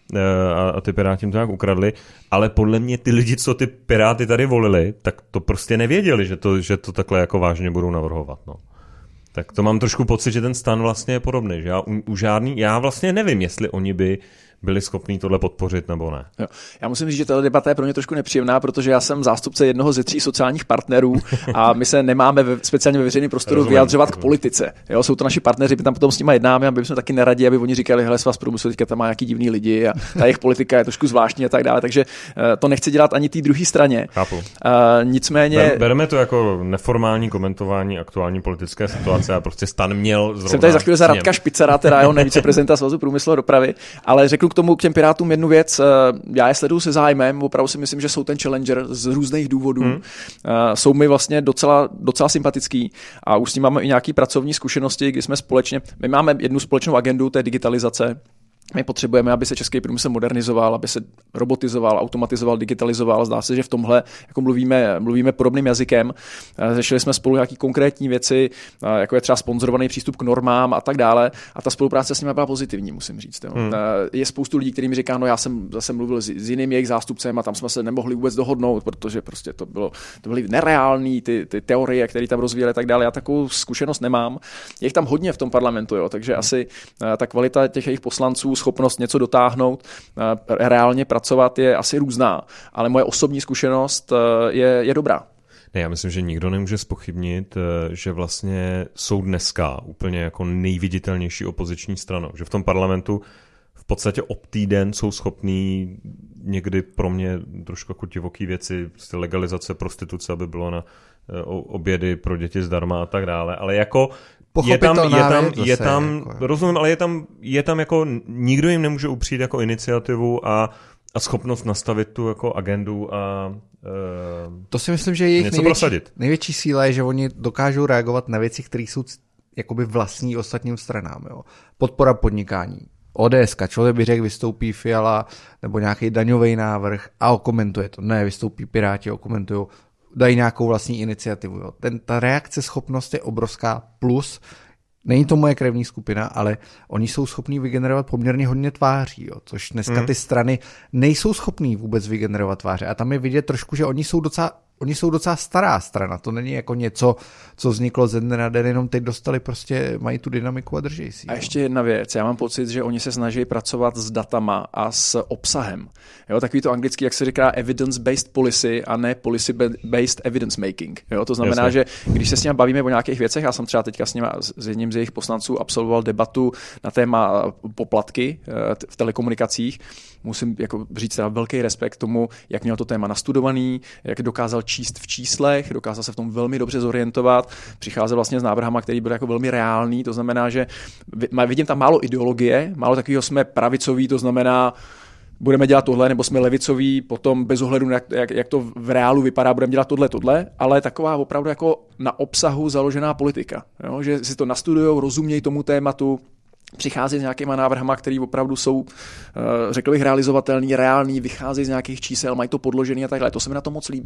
a ty Piráti to nějak ukradli, ale podle mě ty lidi, co ty Piráty tady volili, tak to prostě nevěděli, že to takhle jako vážně budou navrhovat, no. Tak to mám trošku pocit, že ten stan vlastně je podobný, že já vlastně nevím, jestli oni by byli schopní tohle podpořit nebo ne. Jo. Já musím říct, že tato debata je pro mě trošku nepříjemná, protože já jsem zástupce jednoho ze 3 sociálních partnerů a my se nemáme speciálně ve veřejném prostoru vyjadřovat k politice. Jo, jsou to naši partneři, my tam potom s nimi jednáme, aby jsme taky neradí, aby oni říkali, hele, svaz průmyslu teďka tam má nějaký divný lidi a ta jejich politika je trošku zvláštní a tak dále. Takže to nechci dělat ani té druhé straně. Chápu. Nicméně bereme to jako neformální komentování aktuální politické situace a prostě stan měl zrovna. Jsem tady za chvíli za Radka Špicera, teda jeho viceprezidenta Svazu průmyslu a dopravy, ale řeknu k těm Pirátům jednu věc. Já je sleduju se zájmem, opravdu si myslím, že jsou ten challenger z různých důvodů. Jsou mi vlastně docela sympatický a už s ním máme i nějaký pracovní zkušenosti, kdy my máme jednu společnou agendu, to je digitalizace. My potřebujeme, aby se český průmysl modernizoval, aby se robotizoval, automatizoval, digitalizoval. Zdá se, že v tomhle jako mluvíme podobným jazykem. Řešili jsme spolu nějaké konkrétní věci, jako je třeba sponzorovaný přístup k normám a tak dále. A ta spolupráce s nimi byla pozitivní, musím říct. Je spoustu lidí, kteří mi říkají, no já jsem zase mluvil s jiným jejich zástupcem a tam jsme se nemohli vůbec dohodnout, protože prostě to byly nereální ty teorie, které tam rozvíjeli a tak dále. Já takovou zkušenost nemám. Je jich tam hodně v tom parlamentu, jo, takže asi ta kvalita těch jejich poslanců, schopnost něco dotáhnout, reálně pracovat je asi různá, ale moje osobní zkušenost je dobrá. Ne, já myslím, že nikdo nemůže zpochybnit, že vlastně jsou dneska úplně jako nejviditelnější opoziční stranou, že v tom parlamentu v podstatě ob týden jsou schopní někdy pro mě trošku jako divoký věci, legalizace prostituce, aby bylo na obědy pro děti zdarma a tak dále, ale jako je tam rozumím, ale je tam jako nikdo jim nemůže upřít jako iniciativu a schopnost nastavit tu jako agendu a to si myslím, že jejich největší síla je, že oni dokážou reagovat na věci, které jsou jakoby vlastní ostatním stranám. Jo. Podpora podnikání. ODSka, člověk by řekl, vystoupí Fiala nebo nějaký daňový návrh a okomentuje to. Ne, vystoupí Piráti, okomentují, dají nějakou vlastní iniciativu. Jo. Ta reakce schopnost je obrovská, plus není to moje krevní skupina, ale oni jsou schopní vygenerovat poměrně hodně tváří, jo, což dneska ty strany nejsou schopní vůbec vygenerovat tváře. A tam je vidět trošku, že oni jsou docela stará strana, to není jako něco, co vzniklo ze dne na den, jenom teď dostali mají tu dynamiku a drží si. A ještě jedna věc, já mám pocit, že oni se snaží pracovat s datama a s obsahem. Jo, takový to anglicky, jak se říká evidence-based policy a ne policy-based evidence making. Jo, to znamená, že když se s nimi bavíme o nějakých věcech, já jsem třeba teďka s jedním z jejich poslanců absolvoval debatu na téma poplatky v telekomunikacích. Musím jako říct teda velký respekt tomu, jak měl to téma nastudovaný, jak dokázal číst v číslech, dokázal se v tom velmi dobře zorientovat, přicházel vlastně s návrhama, který byl jako velmi reálný, to znamená, že vidím tam málo ideologie, málo takového jsme pravicoví, to znamená, budeme dělat tohle, nebo jsme levicoví, potom bez ohledu na jak to v reálu vypadá, budeme dělat tohle, ale taková opravdu jako na obsahu založená politika. Jo? Že si to nastudujou, rozumějí tomu tématu, přichází s nějakýma návrhama, které opravdu jsou, řekl bych, realizovatelný, reální, vycházejí z nějakých čísel, mají to podložený a takhle. To se mi na to moc líbí.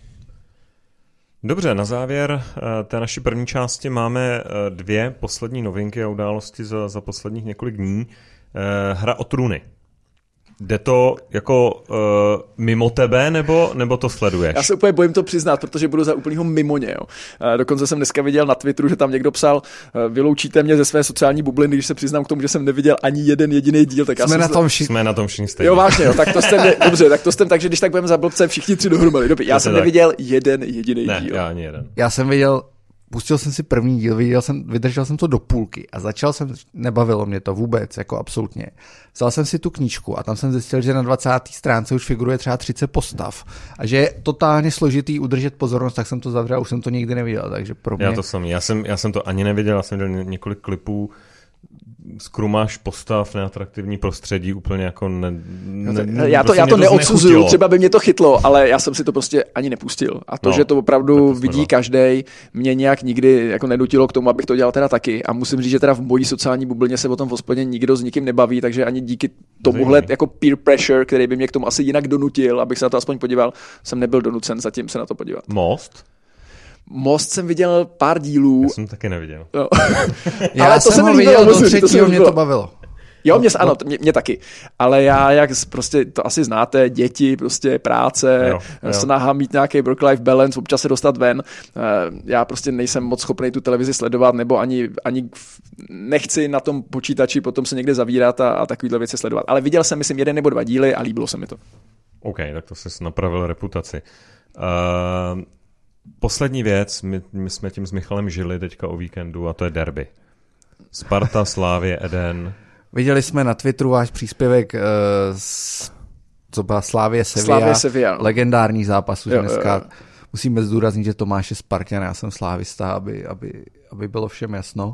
Dobře, na závěr té naší první části máme 2 poslední novinky a události za posledních několik dní. Hra o trůny. Jde to jako mimo tebe, nebo to sleduješ? Já se úplně bojím to přiznat, protože budu za úplnýho mimoně. Jo. Dokonce jsem dneska viděl na Twitteru, že tam někdo psal, vyloučíte mě ze své sociální bubliny, když se přiznám k tomu, že jsem neviděl ani jeden jediný díl. Tak jsme na tom všichni stejně. Jo, vážně, jo, tak to jste mě, dobře, tak to jste, takže když tak budeme za blbce všichni 3 dohromady. Dobře, já jsem neviděl jeden jediný díl. Já ani jeden. Já jsem viděl, pustil jsem si první díl, vydržel jsem to do půlky a nebavilo mě to vůbec, jako absolutně. Vzal jsem si tu knížku a tam jsem zjistil, že na 20. stránce už figuruje třeba 30 postav a že je totálně složitý udržet pozornost, tak jsem to zavřel a už jsem to nikdy neviděl, takže pro mě... Já to samý, já jsem to ani neviděl, já jsem viděl několik klipů, skrumáš postav, neatraktivní prostředí, úplně jako já to neodsuzuju, třeba by mě to chytlo, ale já jsem si to prostě ani nepustil. A to, že to opravdu vidí každej, mě nějak nikdy jako nedutilo k tomu, abych to dělal teda taky. A musím říct, že teda v mojí sociální bublině se o tom v hospodě nikdo s nikým nebaví, takže ani díky tomuhle jako peer pressure, který by mě k tomu asi jinak donutil, abych se na to aspoň podíval, jsem nebyl donucen zatím se na to podívat. Most jsem viděl pár dílů. Já jsem taky neviděl. No. Já jsem ho viděl do 3. mě to bavilo. Jo, mě taky. Ale já, jak prostě to asi znáte, děti, prostě práce, snaha mít nějaký work-life balance, občas se dostat ven. Já prostě nejsem moc schopný tu televizi sledovat, nebo ani nechci na tom počítači potom se někde zavírat a takovýhle věci sledovat. Ale viděl jsem, myslím, 1 nebo 2 díly a líbilo se mi to. OK, tak to jsi napravil reputaci. Poslední věc, my jsme tím s Michalem žili teďka o víkendu a to je derby. Sparta, Slavie, Eden. Viděli jsme na Twitteru váš příspěvek co byla Slavie Sevilla, legendární zápas už dneska. Musíme zdůraznit, že Tomáš je Spartan, já jsem slávista, aby bylo všem jasno.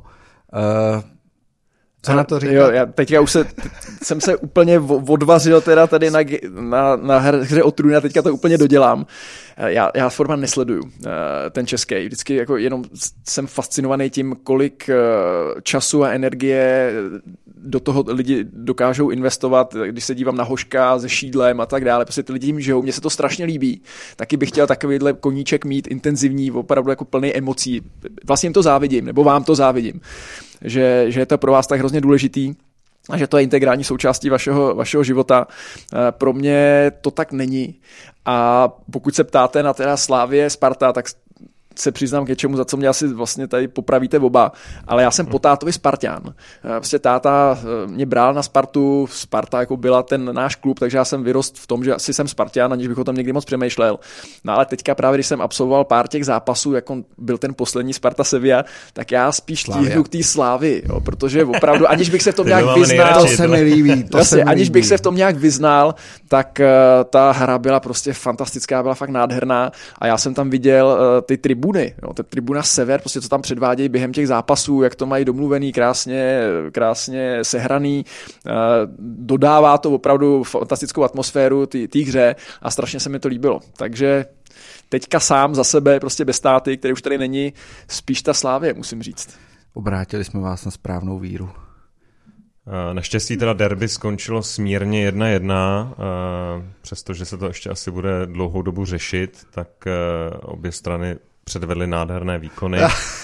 Co na to říká? Jo, já teďka už jsem se úplně odvařil teda tady na hře o trůny a teďka to úplně dodělám. Já formát nesleduju, ten český. Vždycky jako jenom jsem fascinovaný tím, kolik času a energie do toho lidi dokážou investovat, když se dívám na Hoška se Šídlem a tak dále. Prostě ty lidi jim žijou, mně se to strašně líbí. Taky bych chtěl takovýhle koníček mít intenzivní, opravdu jako plný emocí. Vlastně jim to závidím, nebo vám to závidím. Že je to pro vás tak hrozně důležitý a že to je integrální součástí vašeho života. Pro mě to tak není. A pokud se ptáte na teda Slavie, Sparta, tak se přiznám k něčemu, za co mě asi vlastně tady popravíte oba, ale já jsem po tátovi Sparťan. Prostě táta mě bral na Spartu, Sparta jako byla ten náš klub, takže já jsem vyrost v tom, že asi jsem Sparťan, aniž bych o tom někdy moc přemýšlel. No ale teďka právě, když jsem absolvoval pár těch zápasů, jako byl ten poslední Sparta Sevilla, tak já spíš tíhnu k té Slávy, jo, protože opravdu, aniž bych se v tom nějak vyznal, to se mi líbí, aniž bych se v tom nějak vyznal, tak ta hra byla prostě fantastická, byla fakt nádherná a já jsem tam viděl ty tribuny, jo, ta tribuna Sever, prostě co tam předvádějí během těch zápasů, jak to mají domluvený, krásně sehraný, dodává to opravdu fantastickou atmosféru té hře a strašně se mi to líbilo. Takže teďka sám za sebe, prostě bez táty, který už tady není, spíš ta Slávie, musím říct. Obrátili jsme vás na správnou víru. Naštěstí teda derby skončilo smírně 1-1, přestože se to ještě asi bude dlouhou dobu řešit, tak obě strany předvedly nádherné výkony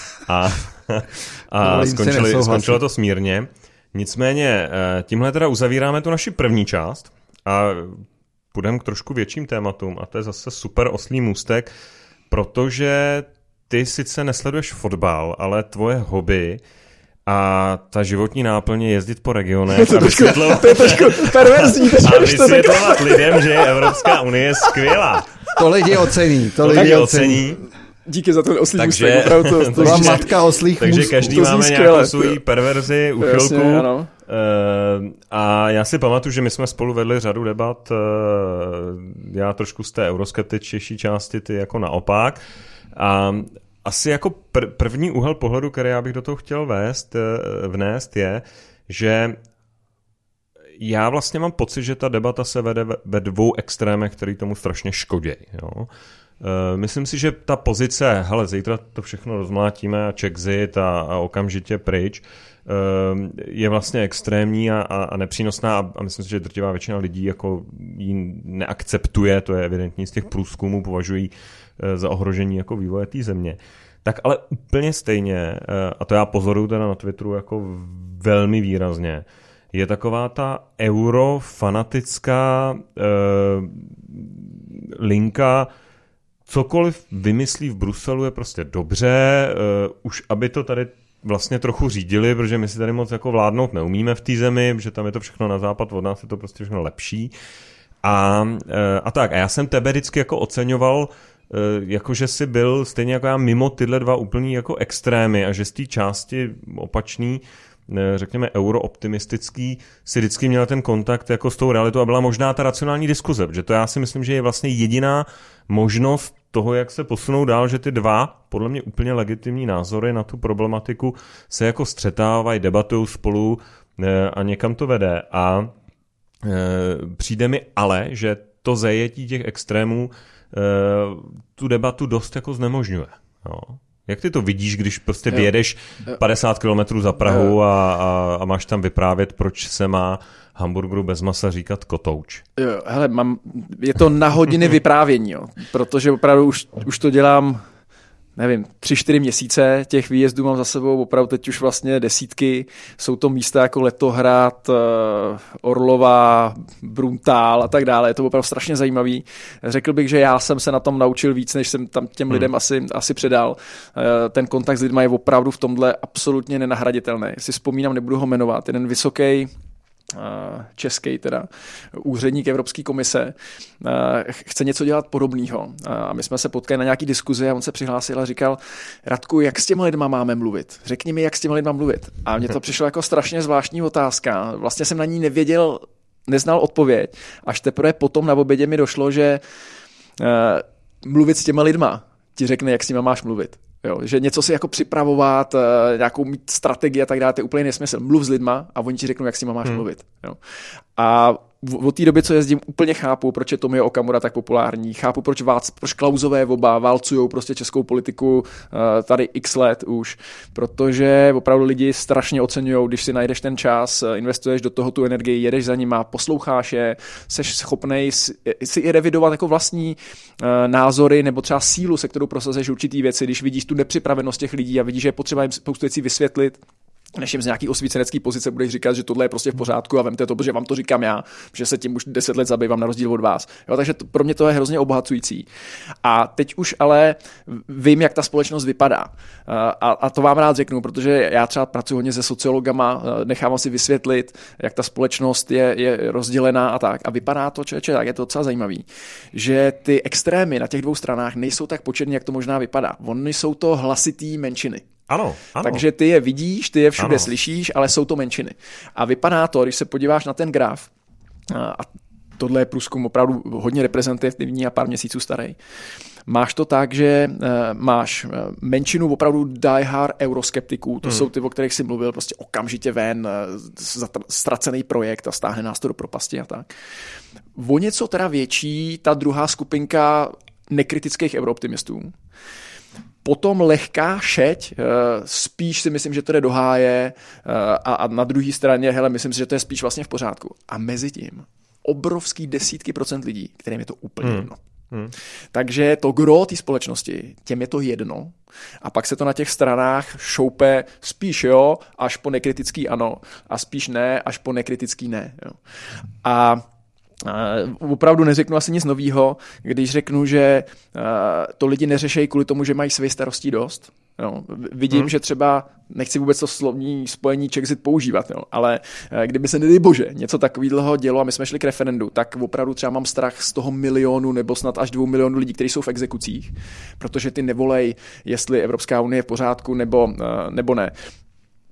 a skončilo to smírně. Nicméně tímhle teda uzavíráme tu naši první část a půjdeme k trošku větším tématům a to je zase super oslí můstek, protože ty sice nesleduješ fotbal, ale tvoje hobby a ta životní náplň je jezdit po regionech to je trošku perverzní. A vysvětlovat lidem, že je Evropská unie skvělá. To lidi ocení. Díky za ten oslý můstek. To byla matka oslých můstků. Takže každý máme nějakou svou perverzi, uchylku A já si pamatuju, že my jsme spolu vedli řadu debat, já trošku z té euroskeptičtější části, ty jako naopak. A asi jako první úhel pohledu, který já bych do toho chtěl vnést je, že já vlastně mám pocit, že ta debata se vede ve dvou extrémech, který tomu strašně škodějí. Myslím si, že ta pozice, hele, zítra to všechno rozmlátíme a Czexit a okamžitě pryč, je vlastně extrémní a nepřínosná a myslím si, že drtivá většina lidí jako ji neakceptuje, to je evidentní z těch průzkumů, považují za ohrožení jako vývoje té země. Tak ale úplně stejně, a to já pozoruju teda na Twitteru jako velmi výrazně, je taková ta eurofanatická linka, cokoliv vymyslí v Bruselu je prostě dobře, už aby to tady vlastně trochu řídili, protože my si tady moc jako vládnout neumíme v té zemi, protože tam je to všechno na západ, od nás je to prostě všechno lepší. A tak, a já jsem tebe vždycky jako oceňoval, jakože jsi byl stejně jako já mimo tyhle dva úplný jako extrémy a že z té části opačný, řekněme eurooptimistický, si vždycky měl ten kontakt jako s tou realitou a byla možná ta racionální diskuze, protože to já si myslím, že je vlastně jediná možnost toho, jak se posunou dál, že ty dva, podle mě úplně legitimní názory na tu problematiku se jako střetávají, debatují spolu a někam to vede. A přijde mi ale, že to zajetí těch extrémů tu debatu dost jako znemožňuje. Jo. Jak ty to vidíš, když prostě vyjedeš 50 kilometrů za Prahu a máš tam vyprávět, proč se má hamburgeru bez masa říkat kotouč? Jo, hele, je to na hodiny vyprávění, jo, protože opravdu už to dělám, nevím, 3-4 měsíce, těch výjezdů mám za sebou opravdu teď už vlastně desítky, jsou to místa jako Letohrad, Orlova, Bruntál a tak dále, je to opravdu strašně zajímavý. Řekl bych, že já jsem se na tom naučil víc, než jsem tam těm lidem asi předal. Ten kontakt s lidma je opravdu v tomhle absolutně nenahraditelný. Si vzpomínám, nebudu ho jmenovat, jeden vysoký český teda úředník Evropské komise chce něco dělat podobného. A my jsme se potkali na nějaký diskuzi a on se přihlásil a říkal: Radku, jak s těma lidma máme mluvit? Řekni mi, jak s těma lidma mluvit. A mně to přišlo jako strašně zvláštní otázka. Vlastně jsem na ní neznal odpověď. Až teprve potom na obědě mi došlo, že mluvit s těma lidma ti řekne, jak s nima máš mluvit. Jo, že něco si jako připravovat, nějakou mít strategii a tak dále, to je úplně nesmysl. Mluv s lidma a oni ti řeknou, jak s nima máš mluvit. Jo. A od té doby, co jezdím, úplně chápu, proč je Tomio Okamura tak populární, chápu, proč Klausové oba válcujou prostě českou politiku tady x let už, protože opravdu lidi strašně oceňují, když si najdeš ten čas, investuješ do toho tu energii, jedeš za nima, posloucháš je, seš schopnej si i revidovat jako vlastní názory nebo třeba sílu, se kterou prosazuješ určitý věci, když vidíš tu nepřipravenost těch lidí a vidíš, že je potřeba jim spoustu věcí vysvětlit, než jim z nějaký osvícenecký pozice budeš říkat, že tohle je prostě v pořádku a vemte to, protože vám to říkám já, že se tím už 10 let zabývám na rozdíl od vás. Jo, takže pro mě to je hrozně obohacující. A teď už ale vím, jak ta společnost vypadá. A to vám rád řeknu, protože já třeba pracuji hodně se sociologama, nechávám si vysvětlit, jak ta společnost je rozdělená a tak. A vypadá to, tak je to docela zajímavý, že ty extrémy na těch dvou stranách nejsou tak početní, jak to možná vypadá. Oni jsou to hlasitý menšiny. Ano. Takže ty je vidíš, ty je všude slyšíš, ale jsou to menšiny. A vypadá to, když se podíváš na ten graf, a tohle je průzkum opravdu hodně reprezentativní a pár měsíců starý, máš to tak, že máš menšinu opravdu die-hard euroskeptiků, to jsou ty, o kterých jsi mluvil, prostě okamžitě ven, ztracený projekt a stáhne nás to do propasti a tak. O něco teda větší ta druhá skupinka nekritických eurooptimistů. Potom lehká šeť, spíš si myslím, že to jde do háje a na druhé straně, hele, myslím si, že to je spíš vlastně v pořádku. A mezi tím obrovský desítky procent lidí, kterým je to úplně jedno. Takže to gro té společnosti, těm je to jedno a pak se to na těch stranách šoupe spíš jo, až po nekritický ano a spíš ne, až po nekritický ne. Jo. A opravdu neřeknu asi nic novýho, když řeknu, že to lidi neřešejí kvůli tomu, že mají své starostí dost. Jo. Vidím, že třeba, nechci vůbec to slovní spojení Czexit používat, jo, ale kdyby se, nedej bože, něco takového dělo a my jsme šli k referendu, tak opravdu třeba mám strach z toho 1 milionu nebo snad až 2 milionů lidí, kteří jsou v exekucích, protože ty nevolej, jestli Evropská unie je v pořádku nebo ne.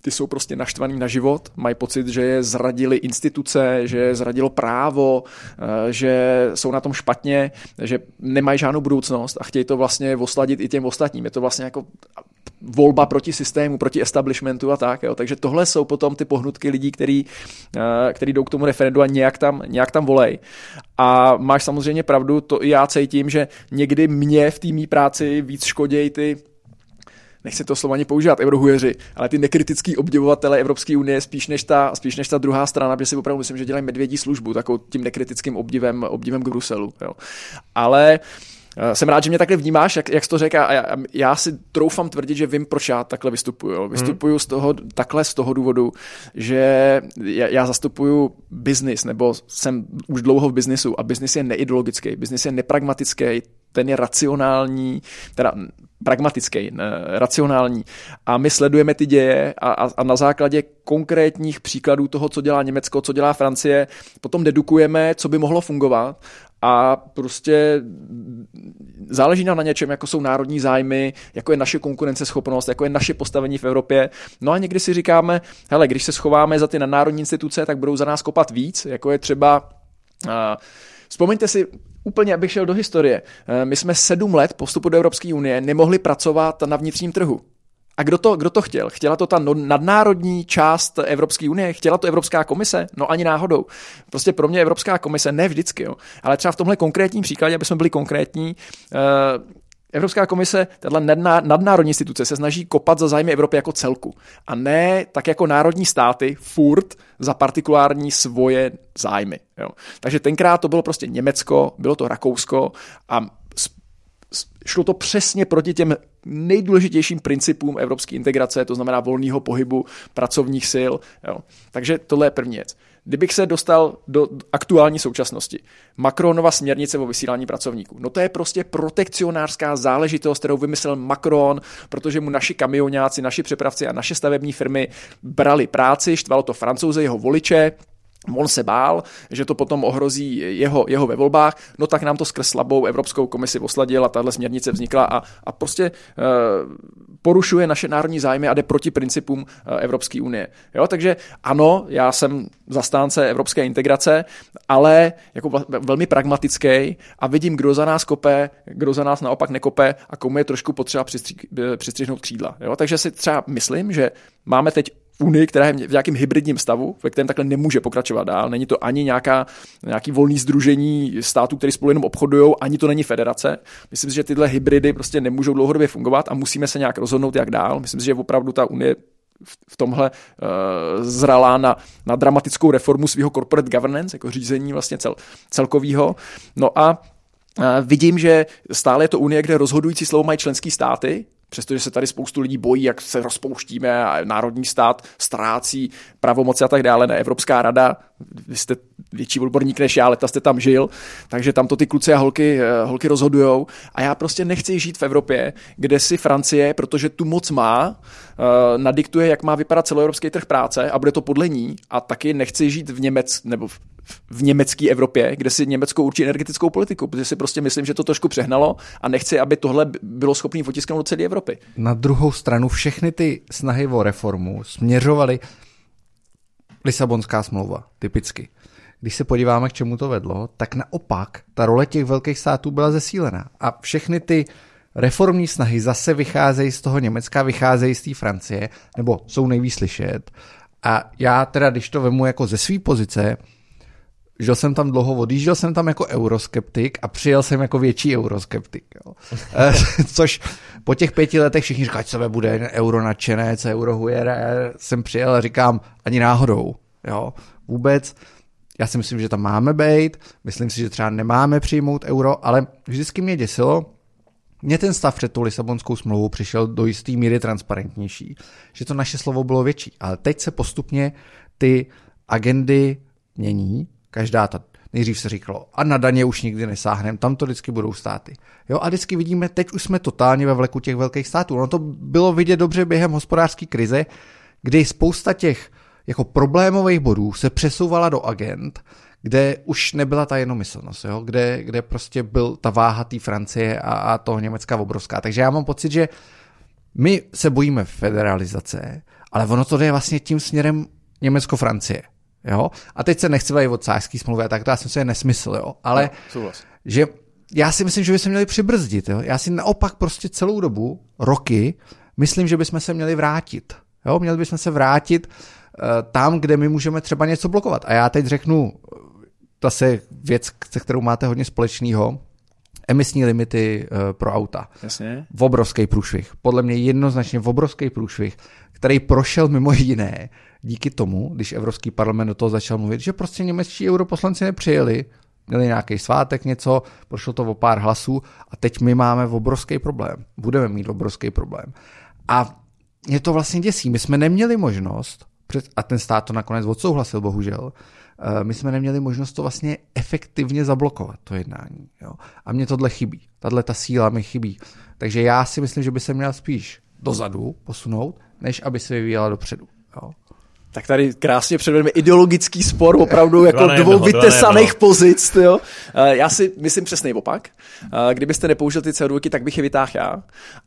ty jsou prostě naštvaný na život, mají pocit, že je zradili instituce, že je zradilo právo, že jsou na tom špatně, že nemají žádnou budoucnost a chtějí to vlastně osladit i těm ostatním. Je to vlastně jako volba proti systému, proti establishmentu a tak. Jo. Takže tohle jsou potom ty pohnutky lidí, který jdou k tomu referendu a nějak tam volej. A máš samozřejmě pravdu, to i já cítím, že někdy mě v té mý práci víc škodějí ty, nechci to slovo ani používat, eurohujeři, ale ty nekritický obdivovatele Evropské unie spíš než ta druhá strana, protože si opravdu myslím, že dělají medvědí službu takovou tím nekritickým obdivem k Bruselu. Jo. Ale jsem rád, že mě takhle vnímáš, jak jsi to řekl, a já si troufám tvrdit, že vím, proč já takhle vystupuju. Jo. Vystupuju z toho důvodu, že já zastupuju biznis, nebo jsem už dlouho v biznisu a biznis je neideologický, biznis je nepragmatický, ten je racionální, teda pragmatický, racionální. A my sledujeme ty děje a na základě konkrétních příkladů toho, co dělá Německo, co dělá Francie, potom dedukujeme, co by mohlo fungovat. A prostě záleží nám na něčem, jako jsou národní zájmy, jako je naše konkurenceschopnost, jako je naše postavení v Evropě. No a někdy si říkáme, hele, když se schováme za ty nadnárodní instituce, tak budou za nás kopat víc, jako je třeba... Vzpomeňte si, úplně abych šel do historie, my jsme 7 let po vstupu do Evropské unie nemohli pracovat na vnitřním trhu. A kdo to chtěl? Chtěla to ta nadnárodní část Evropské unie? Chtěla to Evropská komise? No ani náhodou. Prostě pro mě Evropská komise, ne vždycky, jo. Ale třeba v tomhle konkrétním příkladě, aby jsme byli konkrétní, Evropská komise, tato nadnárodní instituce se snaží kopat za zájmy Evropy jako celku. A ne tak jako národní státy furt za partikulární svoje zájmy. Jo. Takže tenkrát to bylo prostě Německo, bylo to Rakousko a šlo to přesně proti těm nejdůležitějším principům evropské integrace, to znamená volného pohybu pracovních sil. Jo. Takže tohle je první věc. Kdybych se dostal do aktuální současnosti, Macronova směrnice o vysílání pracovníků, no to je prostě protekcionářská záležitost, kterou vymyslel Macron, protože mu naši kamionáci, naši přepravci a naše stavební firmy brali práci, štvalo to Francouze, jeho voliče, on se bál, že to potom ohrozí jeho ve volbách, no tak nám to skrz slabou Evropskou komisi osladil a tahle směrnice vznikla a prostě porušuje naše národní zájmy a jde proti principům Evropské unie. Jo, takže ano, já jsem zastánce evropské integrace, ale jako velmi pragmatický a vidím, kdo za nás kope, kdo za nás naopak nekope a komu je trošku potřeba přistřihnout křídla. Jo, takže si třeba myslím, že máme teď Unii, která je v nějakém hybridním stavu, ve kterém takhle nemůže pokračovat dál. Není to ani nějaký volný sdružení států, které spolu jenom obchodují, ani to není federace. Myslím si, že tyhle hybridy prostě nemůžou dlouhodobě fungovat a musíme se nějak rozhodnout, jak dál. Myslím si, že opravdu ta Unie v tomhle zralá na dramatickou reformu svého corporate governance, jako řízení vlastně celkového. No a vidím, že stále je to Unie, kde rozhodující slovo mají členský státy, přestože se tady spoustu lidí bojí, jak se rozpouštíme a národní stát ztrácí pravomoci a tak dále. Ne, Evropská rada, vy jste větší odborník než já, leta jste tam žil, takže tam to ty kluci a holky rozhodujou. A já prostě nechci žít v Evropě, kde si Francie, protože tu moc má, nadiktuje, jak má vypadat celoevropský trh práce a bude to podle ní. A taky nechci žít v německé Evropě, kde si Německo určí energetickou politiku, protože si prostě myslím, že to trošku přehnalo a nechci, aby tohle bylo schopné otisknout do celé Evropy. Na druhou stranu všechny ty snahy o reformu směřovaly Lisabonská smlouva, typicky. Když se podíváme, k čemu to vedlo, tak naopak ta role těch velkých států byla zesílená. A všechny ty reformní snahy zase vycházejí z toho Německa, vycházejí z té Francie, nebo jsou nejvíc slyšet. A já teda, když to vemu jako ze své pozice, žil jsem tam dlouho, odjížděl jsem tam jako euroskeptik a přijel jsem jako větší euroskeptik. Jo. Což po těch 5 letech všichni říkají, co bude euro nadšenec, eurohujer. Já jsem přijel a říkám, ani náhodou. Jo. Vůbec, já si myslím, že tam máme být, myslím si, že třeba nemáme přijmout euro, ale vždycky mě děsilo, mně ten stav před tou Lisabonskou smlouvou přišel do jistý míry transparentnější, že to naše slovo bylo větší. Ale teď se postupně ty agendy mění, každá ta, nejdřív se říkalo, a na daně už nikdy nesáhneme, tam to vždycky budou státy. Jo, a vždycky vidíme, teď už jsme totálně ve vleku těch velkých států. No to bylo vidět dobře během hospodářské krize, kdy spousta těch jako problémových bodů se přesouvala do agend, kde už nebyla ta jednomyslnost, jo? Kde prostě byl ta váha té Francie a toho Německa obrovská. Takže já mám pocit, že my se bojíme federalizace, ale ono to jde vlastně tím směrem Německo-Francie. Jo? A teď se nechci bavit od Sářské smlouvy, tak to já si myslím, že je nesmysl, jo? Ale že já si myslím, že by se měli přibrzdit. Jo? Já si naopak prostě celou dobu, roky, myslím, že bychom se měli vrátit. Jo? Měli bychom se vrátit tam, kde my můžeme třeba něco blokovat. A já teď řeknu, zase věc, se kterou máte hodně společného, emisní limity pro auta. Jasně. Obrovský průšvih. Podle mě jednoznačně obrovský průšvih, který prošel mimo jiné díky tomu, když Evropský parlament do toho začal mluvit, že prostě němečtí europoslanci nepřijeli, měli nějaký svátek, něco, prošlo to o pár hlasů a teď my máme obrovský problém. Budeme mít obrovský problém. A mě to vlastně děsí. My jsme neměli možnost, a ten stát to nakonec odsouhlasil, bohužel, my jsme neměli možnost to vlastně efektivně zablokovat, to jednání. Jo? A mně tohle chybí. Ta síla mi chybí. Takže já si myslím, že by se měla spíš dozadu posunout, než aby se vyvíjela dopředu. Jo? Tak tady krásně předvedeme ideologický spor opravdu jako dvou vytesaných pozic. Jo. Já si myslím přesnej opak. Kdybyste nepoužil ty CO2, tak bych je vytáhl já.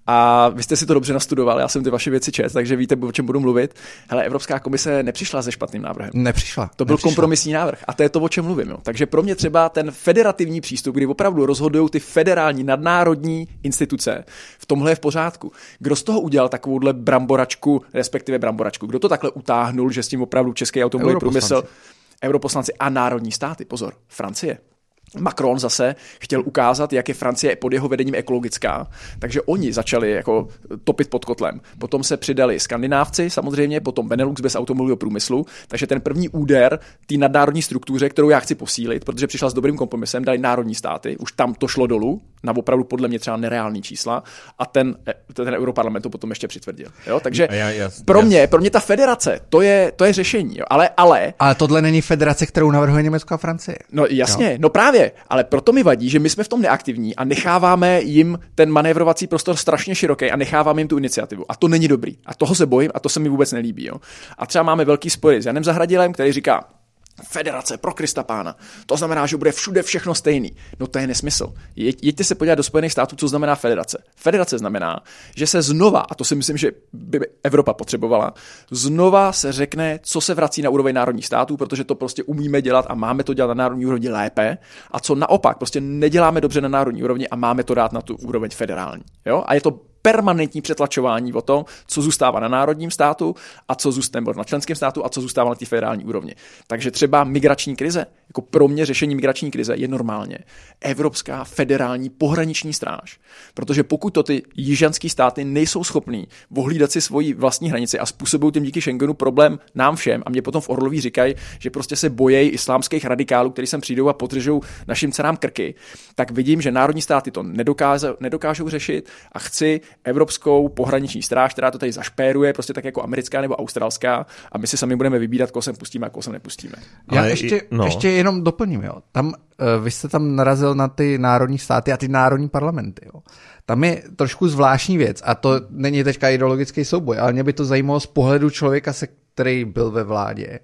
A vy jste si to dobře nastudoval, já jsem ty vaše věci čet, takže víte, o čem budu mluvit. Hele, Evropská komise nepřišla se špatným návrhem. Nepřišla. To byl kompromisní návrh a to je to, o čem mluvím. Jo. Takže pro mě třeba ten federativní přístup, kdy opravdu rozhodují ty federální nadnárodní instituce, v tomhle je v pořádku. Kdo z toho udělal takovouhle bramboračku, respektive bramboračku? Kdo to takhle utáhnul, že s tím opravdu český automobilový průmysl, europoslanci a národní státy, pozor, Francie. Macron zase chtěl ukázat, jak je Francie pod jeho vedením ekologická, takže oni začali jako topit pod kotlem. Potom se přidali Skandinávci, samozřejmě, potom Benelux bez automobilového průmyslu, takže ten první úder té nadnárodní struktuře, kterou já chci posílit, protože přišla s dobrým kompromisem, dali národní státy, už tam to šlo dolů, na opravdu podle mě třeba nereální čísla a ten Europarlament to potom ještě přitvrdil. Jo? Takže pro mě ta federace, to je řešení, jo? Ale tohle není federace, kterou navrhuje Německo a Francie. No jasně, no právě, ale proto mi vadí, že my jsme v tom neaktivní a necháváme jim ten manévrovací prostor strašně široký a necháváme jim tu iniciativu. A to není dobrý. A toho se bojím a to se mi vůbec nelíbí. Jo? A třeba máme velký spory s Janem Zahradilem, který říká: federace pro Krista pána. To znamená, že bude všude všechno stejný. No to je nesmysl. Jeďte se podívat do Spojených států, co znamená federace. Federace znamená, že se znova, a to si myslím, že by Evropa potřebovala, znova se řekne, co se vrací na úroveň národních států, protože to prostě umíme dělat a máme to dělat na národní úrovni lépe, a co naopak prostě neděláme dobře na národní úrovni a máme to dát na tu úroveň federální. Jo? A je to permanentní přetlačování o tom, co zůstává na národním státu a co zůstává na členském státu a co zůstává na té federální úrovni. Takže třeba migrační krize, jako pro mě řešení migrační krize je normálně Evropská federální pohraniční stráž. Protože pokud to ty jižanské státy nejsou schopní ohlídat si svoji vlastní hranici a způsobují tím díky Schengenu problém nám všem, a mě potom v Orloví říkají, že prostě se bojejí islámských radikálů, kteří sem přijdou a podržou našim dcerám krky, tak vidím, že národní státy to nedokážou řešit a chci Evropskou pohraniční stráž, která to tady zašpéruje, prostě tak jako americká nebo australská, a my si sami budeme vybírat, koho sem pustíme a koho sem nepustíme. Já ještě jenom doplním, jo. Tam vy jste tam narazil na ty národní státy a ty národní parlamenty, jo. Tam je trošku zvláštní věc a to není teďka ideologický souboj, ale mě by to zajímalo z pohledu člověka, který byl ve vládě.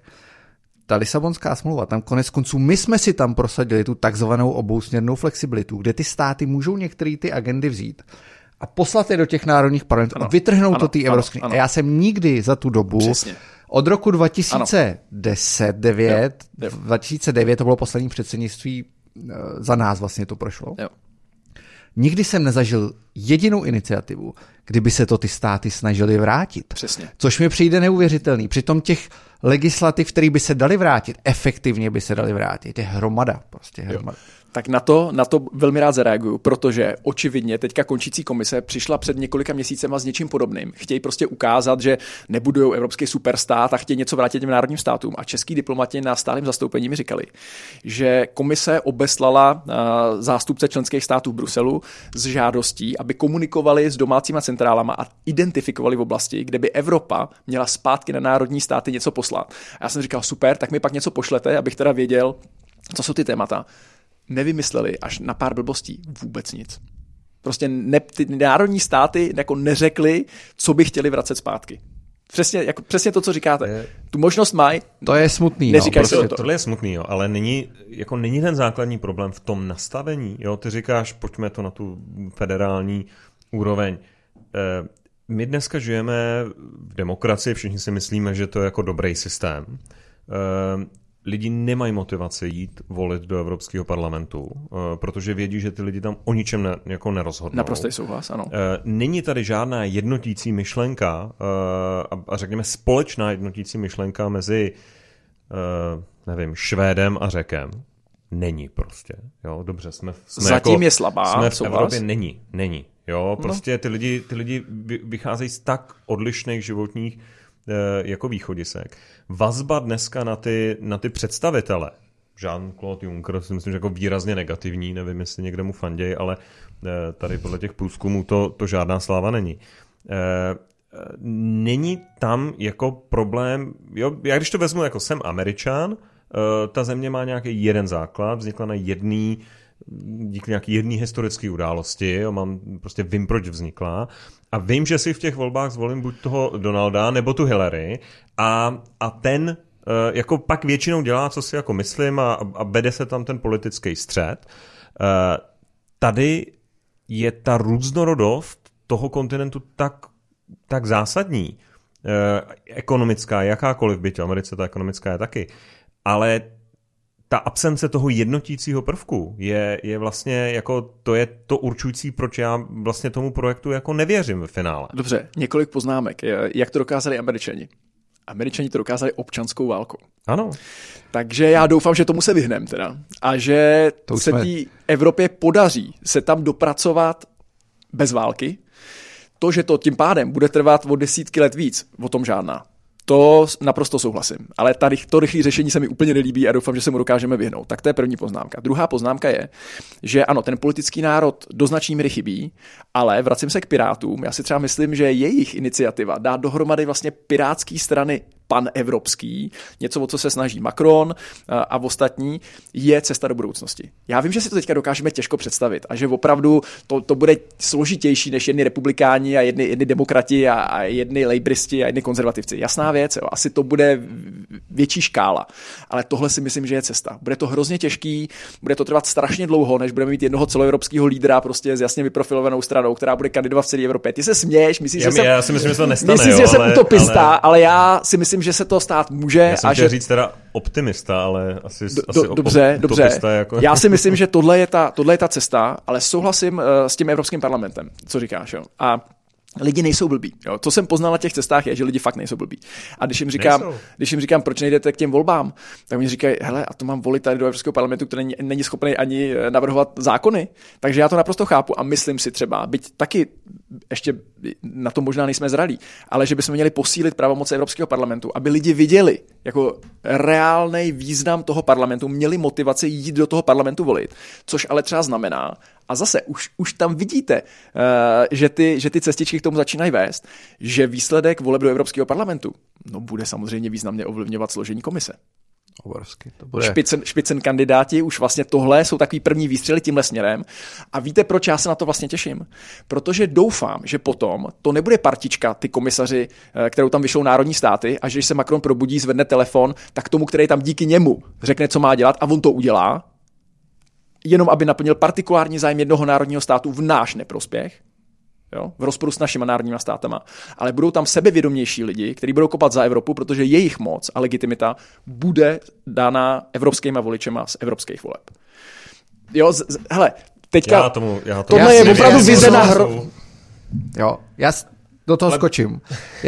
Ta Lisabonská smlouva, tam konec konců my jsme si tam prosadili tu takzvanou obousměrnou flexibilitu, kde ty státy můžou některé ty agendy vzít a poslat je do těch národních parlamentů a vytrhnout to té Evropské. A já jsem nikdy za tu dobu, od roku 2009, to bylo poslední předsednictví, za nás vlastně to prošlo. Jo. Nikdy jsem nezažil jedinou iniciativu, kdyby se to ty státy snažily vrátit. Přesně. Což mi přijde neuvěřitelný. Přitom těch legislativ, který by se dali vrátit, efektivně by se dali vrátit. Je hromada. Prostě hromada. Tak na to velmi rád zareaguju, protože očividně teďka končící komise přišla před několika měsícema s něčím podobným. Chtějí prostě ukázat, že nebudou evropský superstát a chtějí něco vrátit těm národním státům. A český diplomati na stálém zastoupení mi říkali, že komise obeslala zástupce členských států v Bruselu s žádostí, aby komunikovali s domácíma centrálama a identifikovali v oblasti, kde by Evropa měla zpátky na národní státy něco poslat. A já jsem říkal, super, tak mi pak něco pošlete, abych teda věděl, co jsou ty témata. Nevymysleli až na pár blbostí vůbec nic. Prostě ty národní státy jako neřekli, co by chtěli vracet zpátky. Přesně to, co říkáte. Tu možnost mají. To je smutný. Neříkají prostě to. Tohle je smutný, jo, ale není ten základní problém v tom nastavení. Jo? Ty říkáš, pojďme to na tu federální úroveň. My dneska žijeme v demokracii, všichni si myslíme, že to je jako dobrý systém. Lidi nemají motivaci jít volit do Evropského parlamentu, protože vědí, že ty lidi tam o ničem jako nerozhodnou. Naprostý souhlas, ano. Není tady žádná jednotící myšlenka a řekněme společná jednotící myšlenka mezi nevím, Švédem a Řekem. Není prostě. Jo, dobře, jsme zatím jako, je slabá. Jsme v Evropě, není. Jo, prostě ty lidi vycházejí z tak odlišných životních jako východisek. Vazba dneska na ty představitele, Jean-Claude Juncker, si myslím, že jako výrazně negativní, nevím, jestli někde mu fanděj, ale tady podle těch průzkumů to žádná sláva není. Není tam jako problém, jo, já když to vezmu jako jsem Američan, ta země má nějaký jeden základ, vznikla na díky nějaký jedné historické události, jo, vím, proč vznikla a vím, že si v těch volbách zvolím buď toho Donalda, nebo tu Hillary a ten jako pak většinou dělá, co si jako myslím a vede se tam ten politický střet. Tady je ta různorodost toho kontinentu tak zásadní, ekonomická, jakákoliv byť, v Americe ta ekonomická je taky, ale ta absence toho jednotícího prvku je vlastně jako, to je to určující, proč já vlastně tomu projektu jako nevěřím v finále. Dobře, několik poznámek. Jak to dokázali Američani? Američani to dokázali občanskou válkou. Ano. Takže já doufám, že tomu se vyhneme teda. A že se té Evropě podaří se tam dopracovat bez války. To, že to tím pádem bude trvat o desítky let víc, o tom žádná. To naprosto souhlasím, ale tady to rychlé řešení se mi úplně nelíbí a doufám, že se mu dokážeme vyhnout. Tak to je první poznámka. Druhá poznámka je, že ano, ten politický národ do značné míry chybí, ale vracím se k Pirátům. Já si třeba myslím, že jejich iniciativa dá dohromady vlastně pirátský strany panevropský, něco, o co se snaží Macron a ostatní, je cesta do budoucnosti. Já vím, že si to teďka dokážeme těžko představit a že opravdu to bude složitější než jedni republikáni a jedni demokrati a jedni lejbristi a jedni konzervativci. Jasná věc, jo. Asi to bude větší škála, ale tohle si myslím, že je cesta. Bude to hrozně těžký, bude to trvat strašně dlouho, než budeme mít jednoho celoevropského lídra prostě s jasně vyprofilovanou stranou, která bude kandidovat v celé Evropě. Ty se směješ, myslíš, já si myslím, že to nestane. Myslíš, že jsem utopista, ale já si myslím, že se to stát může. Já jsem chtěl říct teda optimista, ale asi dobře. Jako... Já si myslím, že tohle je ta cesta, ale souhlasím s tím Evropským parlamentem, co říkáš. Jo? A lidi nejsou blbí. Jo? Co jsem poznal na těch cestách je, že lidi fakt nejsou blbí. A když jim říkám, proč nejdete k těm volbám, tak mi říkají, hele, a to mám volit tady do Evropského parlamentu, který není schopný ani navrhovat zákony. Takže já to naprosto chápu a myslím si třeba, byť taky ještě na to možná nejsme zralí, ale že bychom měli posílit pravomoci Evropského parlamentu, aby lidi viděli jako reálný význam toho parlamentu, měli motivaci jít do toho parlamentu volit, což ale třeba znamená, a zase už tam vidíte, že ty cestičky k tomu začínají vést, že výsledek voleb do Evropského parlamentu bude samozřejmě významně ovlivňovat složení komise. Obrovsky. To bude... Špicen kandidáti, už vlastně tohle jsou takový první výstřely tímhle směrem. A víte, proč já se na to vlastně těším? Protože doufám, že potom to nebude partička, ty komisaři, kterou tam vyšlou národní státy, a že když se Macron probudí, zvedne telefon, tak tomu, který tam díky němu řekne, co má dělat, a on to udělá, jenom aby naplnil partikulární zájem jednoho národního státu v náš neprospěch, jo, v rozporu s našimi národníma státama, ale budou tam sebevědomější lidi, kteří budou kopat za Evropu, protože jejich moc a legitimita bude dána evropskýma voličema z evropských voleb. Jo, hele, teďka tohle je opravdu vize na Jo, já do toho skočím.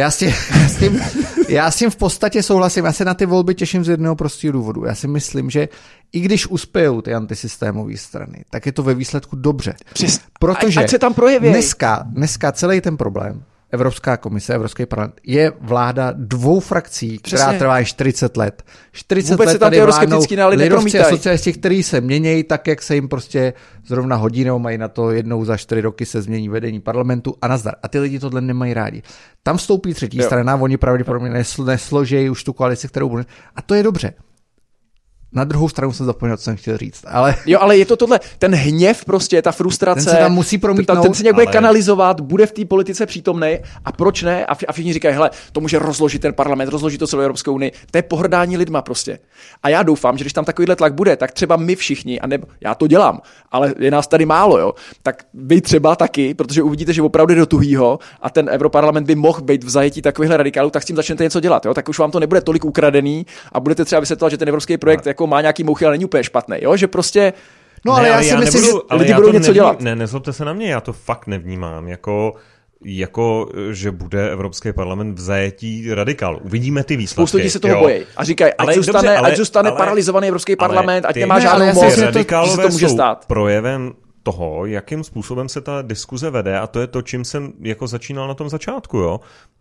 Já s tím v podstatě souhlasím. Já se na ty volby těším z jednoho prostého důvodu. Já si myslím, že i když uspějou ty antisystémové strany, tak je to ve výsledku dobře. Protože ať se tam projeví. Dneska celý ten problém, Evropská komise, Evropský parlament, je vláda dvou frakcí, která trvá 40 let. 40 Vůbec let tady vládnou lidovci a socialisti, kteří se měnějí tak, jak se jim prostě zrovna hodí, nebo mají na to jednou za 4 roky se změní vedení parlamentu a nazdar. A ty lidi tohle nemají rádi. Tam vstoupí třetí strana, oni pravděpodobně nesložejí už tu koalici, kterou bude. A to je dobře. Na druhou stranu jsem zapomněl, co jsem chtěl říct. Ale... Jo, ale je to tohle, ten hněv prostě, ta frustrace. Ten se tam musí promítnout. Ten se nějak bude kanalizovat, bude v té politice přítomnej a proč ne? A všichni říkají, hele, to může rozložit ten parlament, rozložit to celou Evropskou unii. To je pohrdání lidma prostě. A já doufám, že když tam takovýhle tlak bude, tak třeba my všichni, a nebo já to dělám, ale je nás tady málo, jo, tak vy třeba taky, protože uvidíte, že opravdu do tuhýho a ten Europarlament by mohl být v zajetí takovýchhle radikálů, tak s tím začnete něco dělat, jo? Tak už vám to nebude tolik ukradený a budete třeba vysvětlovat, že ten evropský projekt jako má nějaký mouchy, ale není úplně špatný, jo? Že prostě no, ale já si myslím, že lidi budou něco dělat. Ne, nezlobte se na mě, já to fakt nevnímám jako že bude Evropský parlament v zajetí radikálů. Uvidíme ty výsledky. Spoustu lidí se toho bojí a říkají, ať zůstane paralizovaný Evropský parlament, ať nemá žádnou moc, že se to může stát. Projevem toho, jakým způsobem se ta diskuze vede, a to je to, čím jsem jako začínal na tom začátku, jo.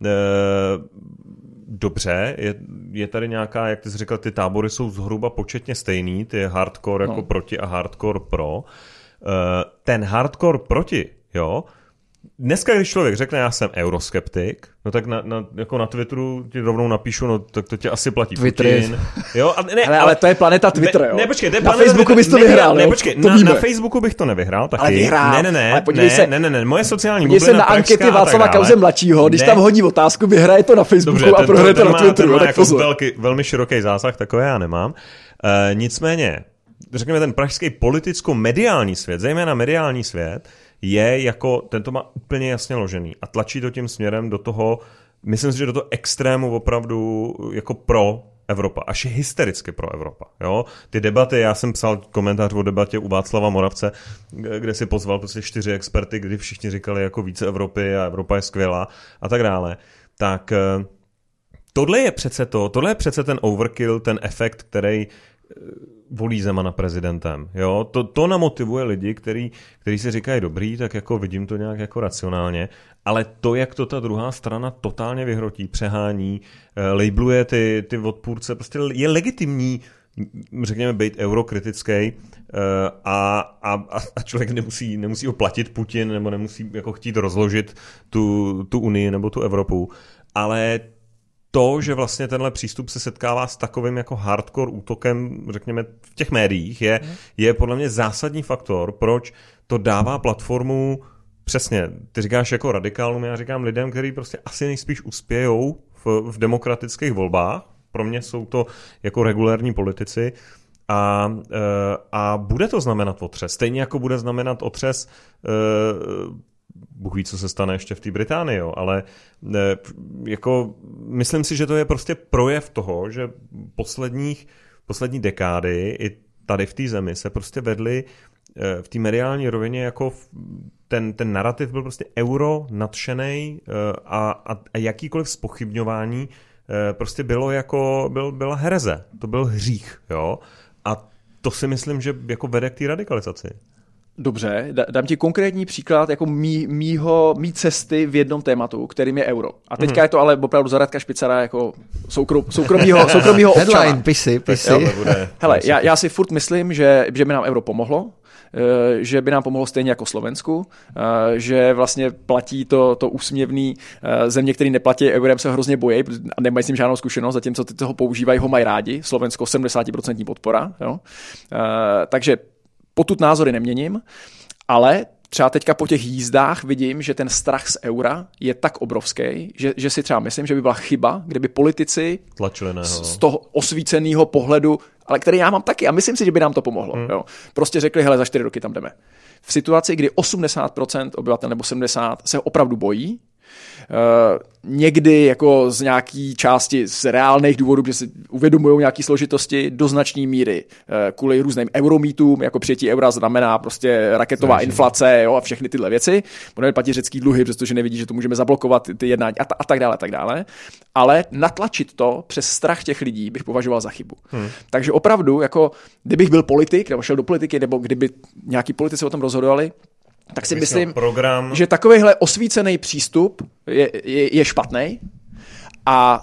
Dobře, je tady nějaká, jak ty jsi říkal, ty tábory jsou zhruba početně stejný, ty hardcore jako proti a hardcore pro. Ten hardcore proti, jo, dneska, když člověk řekne, já jsem euroskeptik, no tak jako na Twitteru ti rovnou napíšu, no tak to tě asi platí Putin. Jo, ale to je planeta Twitter, jo. Ne, počkej, na Facebooku bys to vyhrál, ne, počkej, na Facebooku bych to nevyhrál taky. Ale vyhrál. Ne, moje sociální bublina se na ankety Václava Klause mladšího, když tam hodí otázku, vyhraje to na Facebooku. Dobře, a prohraje to na Twitteru, tak pozor. Velmi široký zásah, takové já nemám. Nicméně, řekněme, ten pražský politicko-mediální svět, zejména mediální svět, je jako, tento má úplně jasně ložený a tlačí to tím směrem do toho, myslím si, že do toho extrému opravdu jako pro Evropa, až hystericky pro Evropa. Jo? Ty debaty, já jsem psal komentář o debatě u Václava Moravce, kde si pozval prostě 4 experty, kdy všichni říkali jako více Evropy a Evropa je skvělá a tak dále. Tak tohle je přece ten overkill, ten efekt, který volí Zemana prezidentem. Jo? To namotivuje lidi, kteří si říkají dobrý, tak jako vidím to nějak jako racionálně, ale to, jak to ta druhá strana totálně vyhrotí, přehání, labeluje ty odpůrce, prostě je legitimní, řekněme, být eurokritický a člověk nemusí ho platit Putin, nebo nemusí jako chtít rozložit tu Unii nebo tu Evropu, ale to, že vlastně tenhle přístup se setkává s takovým jako hardcore útokem, řekněme, v těch médiích, je podle mě zásadní faktor, proč to dává platformu, přesně, ty říkáš jako radikálům, já říkám lidem, kteří prostě asi nejspíš uspějou v demokratických volbách, pro mě jsou to jako regulérní politici, a bude to znamenat otřes. Stejně jako bude znamenat otřes Bůh ví, co se stane ještě v té Británii, jo, ale jako myslím si, že to je prostě projev toho, že poslední dekády i tady v té zemi se prostě vedly v té mediální rovině jako ten narrativ byl prostě euro nadšenej a jakýkoliv zpochybňování prostě byla hereze, to byl hřích, jo, a to si myslím, že jako vede k té radikalizaci. Dobře, dám ti konkrétní příklad jako mý cesty v jednom tématu, kterým je euro. A teďka je to ale opravdu za Radka Špicara jako soukromýho občana. Headline, pisy. Hele, já si furt myslím, že by nám euro pomohlo, že by nám pomohlo stejně jako Slovensku, že vlastně platí to úsměvný země, který neplatí eurem, se hrozně bojí a nemají s tím žádnou zkušenost, zatímco ty toho používají, ho mají rádi. Slovensko 70% podpora. Jo? Takže potud názory neměním, ale třeba teďka po těch jízdách vidím, že ten strach z eura je tak obrovský, že si třeba myslím, že by byla chyba, kdyby politici z toho osvíceného pohledu, ale který já mám taky a myslím si, že by nám to pomohlo. Jo. Prostě řekli, hele, za 4 roky tam jdeme. V situaci, kdy 80% obyvatel nebo 70% se opravdu bojí, někdy jako z nějaký části z reálných důvodů, že si uvědomují nějaké složitosti do značné míry kvůli různým euromítům, jako přijetí eura znamená prostě raketová inflace, jo, a všechny tyhle věci. Budeme platit řecký dluhy, přestože nevidí, že to můžeme zablokovat ty jednání a tak dále. Ale natlačit to přes strach těch lidí bych považoval za chybu. Takže opravdu, jako kdybych byl politik, nebo šel do politiky, nebo kdyby nějaký politici o tom rozhodovali, tak si myslím, že takovýhle osvícený přístup je špatný a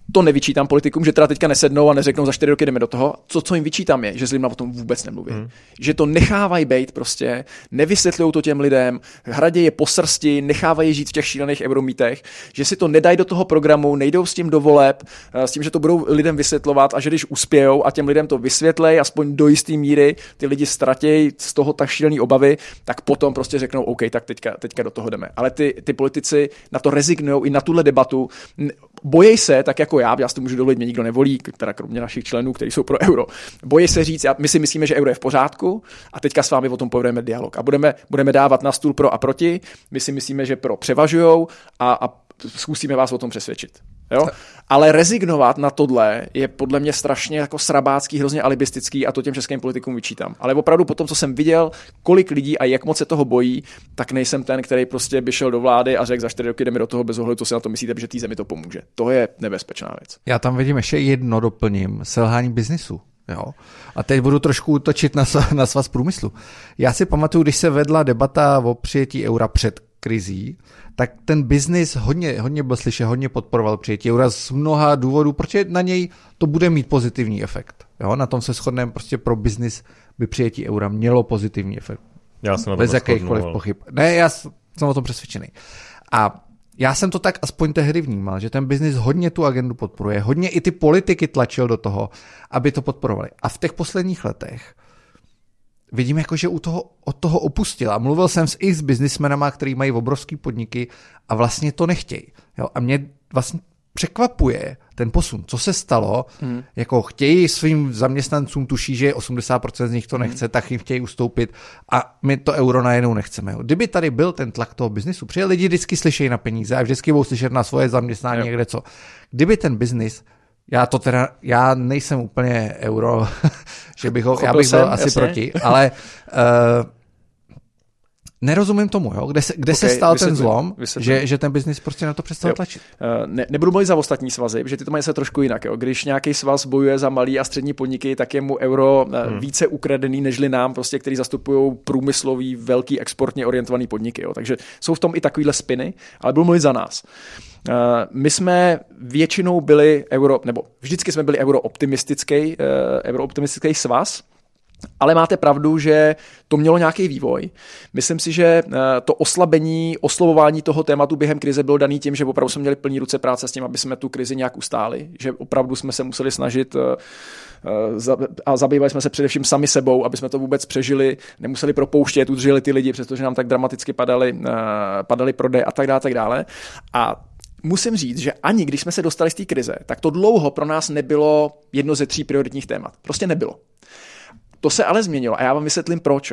To nevyčítám politikům, že teda teďka nesednou a neřeknou za 4 roky jdeme do toho. Co jim vyčítám je, že s lidmi o tom vůbec nemluví. Že to nechávají bejt prostě, nevysvětlují to těm lidem, hradějí je po srsti, nechávají žít v těch šílených euromítech, že si to nedají do toho programu, nejdou s tím do voleb, s tím, že to budou lidem vysvětlovat a že když uspějou a těm lidem to vysvětlej, aspoň do jisté míry ty lidi ztratějí z toho tak šílený obavy, tak potom prostě řeknou OK, tak teďka do toho jdeme. Ale ty politici na to rezignujou i na tuhle debatu. Bojí se, tak jako já si to můžu dovolit, mě nikdo nevolí, teda kromě našich členů, kteří jsou pro euro. Bojí se říct, my si myslíme, že euro je v pořádku a teďka s vámi o tom povedeme dialog. A budeme dávat na stůl pro a proti, my si myslíme, že pro převažujou a zkusíme vás o tom přesvědčit. Jo? Ale rezignovat na tohle je podle mě strašně jako srabácký, hrozně alibistický a to těm českým politikům vyčítám. Ale opravdu po tom, co jsem viděl, kolik lidí a jak moc se toho bojí, tak nejsem ten, který prostě by šel do vlády a řekl za 4 roky jdeme do toho bez ohledu, co si na to myslíte, že té zemi to pomůže. To je nebezpečná věc. Já tam vidím ještě jedno doplním, selhání biznisu. Jo. A teď budu trošku útočit na Svaz průmyslu. Já si pamatuju, když se vedla debata o přijetí eura před krizí, tak ten biznis hodně byl slyšet, hodně podporoval přijetí eura z mnoha důvodů, protože na něj to bude mít pozitivní efekt. Jo? Na tom se shodneme, prostě pro biznis by přijetí eura mělo pozitivní efekt. Já jsem na tom bez jakýchkoliv pochyb. Ne, já jsem o tom přesvědčený. A já jsem to tak aspoň tehdy vnímal, že ten biznis hodně tu agendu podporuje, hodně i ty politiky tlačil do toho, aby to podporovali. A v těch posledních letech vidím, jako, že od toho opustil. A mluvil jsem s x biznismenama, kteří mají obrovský podniky a vlastně to nechtějí. Jo? A mě vlastně překvapuje ten posun. Co se stalo? Jako chtějí svým zaměstnancům, tuší, že 80% z nich to nechce, tak jim chtějí ustoupit a my to euro najednou nechceme. Jo? Kdyby tady byl ten tlak toho biznisu, protože lidi vždycky slyšejí na peníze a vždycky budou slyšet na svoje zaměstnání někde co. Kdyby ten biznis, já nejsem úplně euro, že já bych byl asi proti, ale nerozumím tomu, jo? Kde se stal ten zlom, že ten biznis prostě na to přestal tlačit. Nebudu mluvit za ostatní svazy, protože ty to mají se trošku jinak. Jo? Když nějaký svaz bojuje za malý a střední podniky, tak je mu euro více ukradený nežli nám, prostě, který zastupují průmyslový, velký exportně orientovaný podniky. Jo? Takže jsou v tom i takovýhle spiny, ale budu mluvit za nás. My jsme většinou byli vždycky jsme byli eurooptimistický svaz, ale máte pravdu, že to mělo nějaký vývoj. Myslím si, že to oslovování toho tématu během krize bylo daný tím, že opravdu jsme měli plný ruce práce s tím, aby jsme tu krizi nějak ustáli, že opravdu jsme se museli snažit a zabývali jsme se především sami sebou, aby jsme to vůbec přežili, nemuseli propouštět, udrželi ty lidi, přestože nám tak dramaticky padaly prodeje a tak dále. A musím říct, že ani když jsme se dostali z té krize, tak to dlouho pro nás nebylo jedno ze 3 prioritních témat. Prostě nebylo. To se ale změnilo a já vám vysvětlím proč.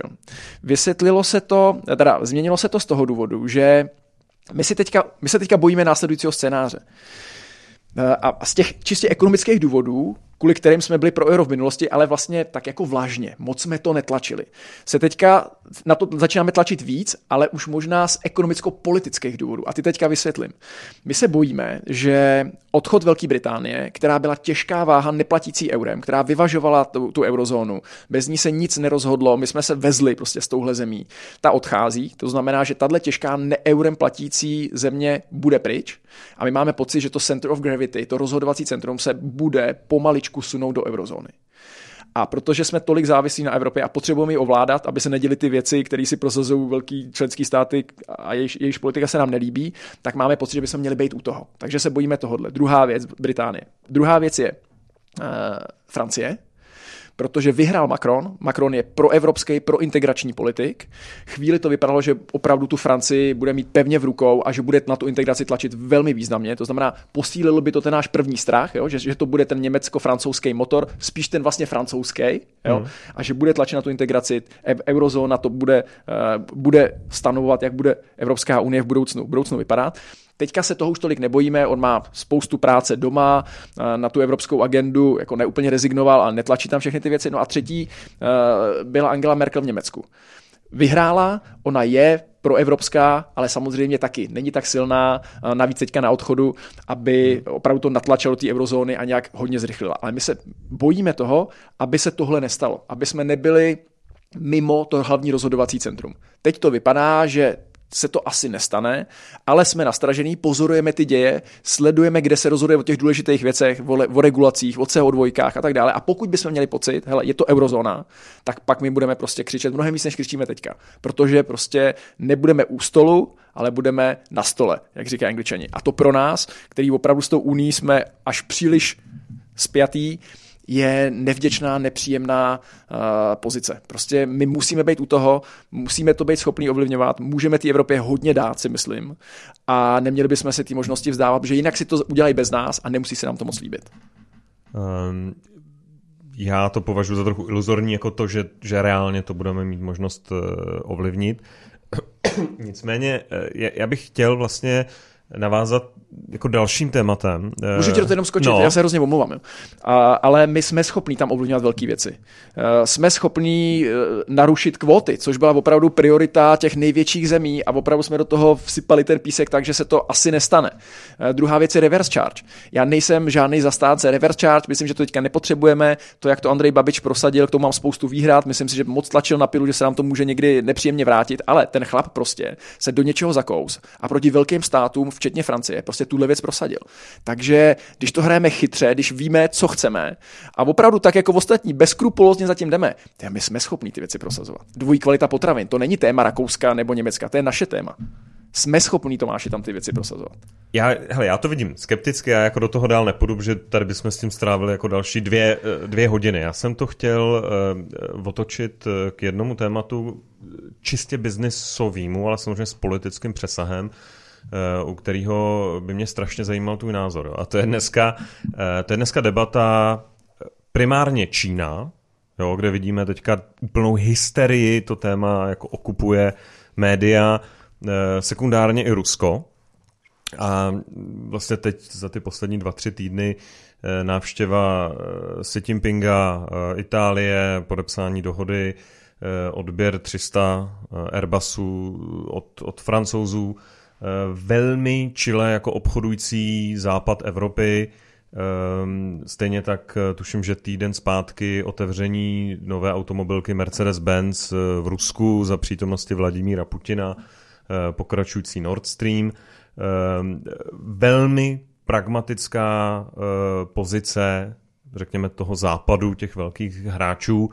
Změnilo se to z toho důvodu, že my se teďka bojíme následujícího scénáře. A z těch čistě ekonomických důvodů, kvůli kterým jsme byli pro euro v minulosti, ale vlastně tak jako vlažně, moc jsme to netlačili. Se teďka na to začínáme tlačit víc, ale už možná z ekonomicko-politických důvodů. A ty teďka vysvětlím. My se bojíme, že odchod Velké Británie, která byla těžká váha neplatící eurem, která vyvažovala tu eurozónu, bez ní se nic nerozhodlo, my jsme se vezli prostě s touhle zemí, ta odchází, to znamená, že tahle těžká neeurem platící země bude pryč a my máme pocit, že to center of gravity, to rozhodovací centrum se bude pomaličku sunout do eurozóny. A protože jsme tolik závislí na Evropě a potřebujeme ji ovládat, aby se neděly ty věci, které si prosazují velký členský státy a jejich politika se nám nelíbí, tak máme pocit, že bychom měli být u toho. Takže se bojíme tohodle. Druhá věc, Británie. Druhá věc je Francie, protože vyhrál Macron. Macron je proevropský, prointegrační politik. Chvíli to vypadalo, že opravdu tu Francii bude mít pevně v rukou a že bude na tu integraci tlačit velmi významně. To znamená, posílil by to ten náš první strach, jo? Že to bude ten německo-francouzský motor, spíš ten vlastně francouzský, jo? A že bude tlačit na tu integraci. Eurozóna to bude stanovovat, jak bude Evropská unie v budoucnu vypadat. Teďka se toho už tolik nebojíme, on má spoustu práce doma, na tu evropskou agendu jako neúplně rezignoval, ale netlačí tam všechny ty věci. No a třetí byla Angela Merkel v Německu. Vyhrála, ona je proevropská, ale samozřejmě taky není tak silná, navíc teďka na odchodu, aby opravdu to natlačilo té eurozóny a nějak hodně zrychlila. Ale my se bojíme toho, aby se tohle nestalo, aby jsme nebyli mimo to hlavní rozhodovací centrum. Teď to vypadá, že se to asi nestane, ale jsme nastražení, pozorujeme ty děje, sledujeme, kde se rozhoduje o těch důležitých věcech, o regulacích, o CO2 a tak dále. A pokud bychom měli pocit, hele, je to eurozóna, tak pak my budeme prostě křičet mnohem víc, než křičíme teďka. Protože prostě nebudeme u stolu, ale budeme na stole, jak říkají Angličani. A to pro nás, který opravdu s tou unií jsme až příliš spjatý, je nevděčná, nepříjemná pozice. Prostě my musíme být u toho, musíme to být schopný ovlivňovat, můžeme té Evropě hodně dát, si myslím, a neměli bychom se ty možnosti vzdávat, protože jinak si to udělají bez nás a nemusí se nám to moc líbit. Já to považuji za trochu iluzorní, jako to, že reálně to budeme mít možnost ovlivnit. Nicméně já bych chtěl vlastně navázat jako dalším tématem. Můžu ti do toho jenom skočit, já se hrozně omlouvám. Ale my jsme schopní tam ovlivňovat velké věci. Jsme schopní narušit kvóty, což byla opravdu priorita těch největších zemí a opravdu jsme do toho vsypali ten písek tak, že se to asi nestane. Druhá věc je reverse charge. Já nejsem žádný zastánce reverse charge, myslím, že to teďka nepotřebujeme. To, jak to Andrej Babiš prosadil, k tomu mám spoustu výhrad, myslím si, že moc tlačil na pilu, že se nám to může někdy nepříjemně vrátit, ale ten chlap prostě se do něčeho zakous a proti velkým státům, včetně Francie, prostě tuhle věc prosadil. Takže když to hrajeme chytře, když víme, co chceme a opravdu tak jako ostatní bezkrupulózně zatím jdeme, my jsme schopní ty věci prosazovat. Dvojí kvalita potravin, to není téma Rakouska nebo Německa, to je naše téma. Jsme schopní, Tomáši, tam ty věci prosazovat. Já to vidím skepticky, já jako do toho dál nepůjdu, protože tady bychom s tím strávili jako další dvě hodiny. Já jsem to chtěl otočit k jednomu tématu čistě biznisovému, ale samozřejmě s politickým přesahem, u kterého by mě strašně zajímal tvůj názor. A to je dneska debata primárně Čína, jo, kde vidíme teďka úplnou hysterii, to téma jako okupuje média, sekundárně i Rusko. A vlastně teď za ty poslední 2-3 týdny návštěva Xi Jinpinga, Itálie, podepsání dohody, odběr 300 Airbusů od Francouzů, velmi čile jako obchodující západ Evropy. Stejně tak tuším, že týden zpátky otevření nové automobilky Mercedes-Benz v Rusku za přítomnosti Vladimíra Putina, pokračující Nord Stream. Velmi pragmatická pozice, řekněme, toho západu, těch velkých hráčů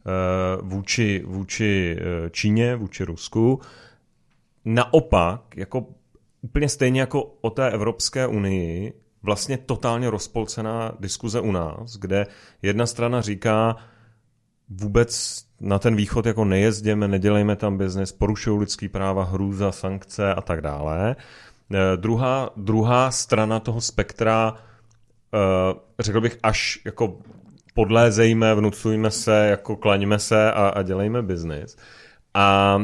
vůči Číně, vůči Rusku. Naopak, jako úplně stejně jako o té Evropské unii, vlastně totálně rozpolcená diskuze u nás, kde jedna strana říká, vůbec na ten východ jako nejezděme, nedělejme tam biznes, porušují lidský práva, hrůza, sankce a tak dále. Druhá strana toho spektra, řekl bych, až jako podlézejme, vnucujme se, jako klaňme se a dělejme biznis. A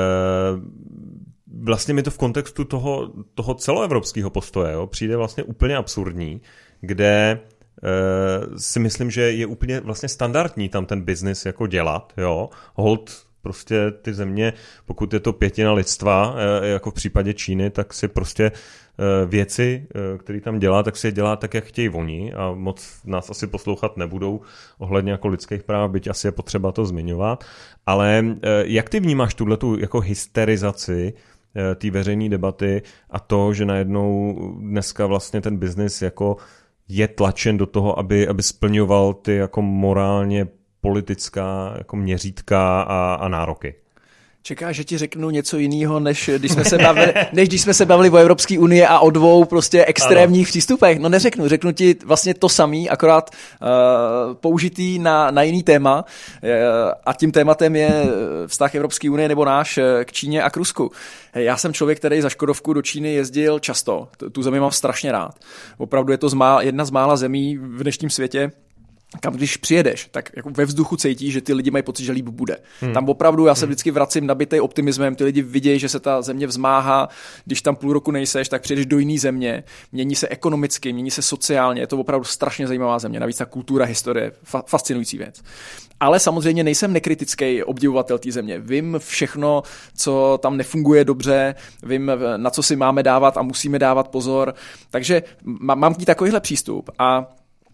vlastně mi to v kontextu toho celoevropského postoje přijde vlastně úplně absurdní, kde si myslím, že je úplně vlastně standardní tam ten biznis jako dělat. Jo? Hold prostě ty země, pokud je to 1/5 lidstva, jako v případě Číny, tak si prostě věci, které tam dělá, tak si je dělá tak, jak chtějí oni a moc nás asi poslouchat nebudou ohledně jako lidských práv, byť asi je potřeba to zmiňovat. Ale jak ty vnímáš tuhletu jako hysterizaci té veřejné debaty a to, že najednou dneska vlastně ten biznis jako je tlačen do toho, aby splňoval ty jako morálně politická jako měřítka a nároky? Čekáš, že ti řeknu něco jiného, než když jsme se bavili o Evropské unii a o dvou prostě extrémních přístupech. No neřeknu, řeknu ti vlastně to samý, akorát použitý na jiný téma a tím tématem je vztah Evropské unie nebo náš k Číně a k Rusku. Já jsem člověk, který za Škodovku do Číny jezdil často. Tu zemi mám strašně rád. Opravdu je to jedna z mála zemí v dnešním světě, kam když přijedeš, tak jako ve vzduchu cítíš, že ty lidi mají pocit, že líp bude. Tam opravdu já se vždycky vracím nabitej optimismem, ty lidi vidějí, že se ta země vzmáhá, když tam půl roku nejseš, tak přijedeš do jiné země, mění se ekonomicky, mění se sociálně, je to opravdu strašně zajímavá země, navíc ta kultura, historie, fascinující věc. Ale samozřejmě nejsem nekritický obdivovatel té země. Vím všechno, co tam nefunguje dobře, vím, na co si máme dávat a musíme dávat pozor, takže mám k ní takovýhle přístup a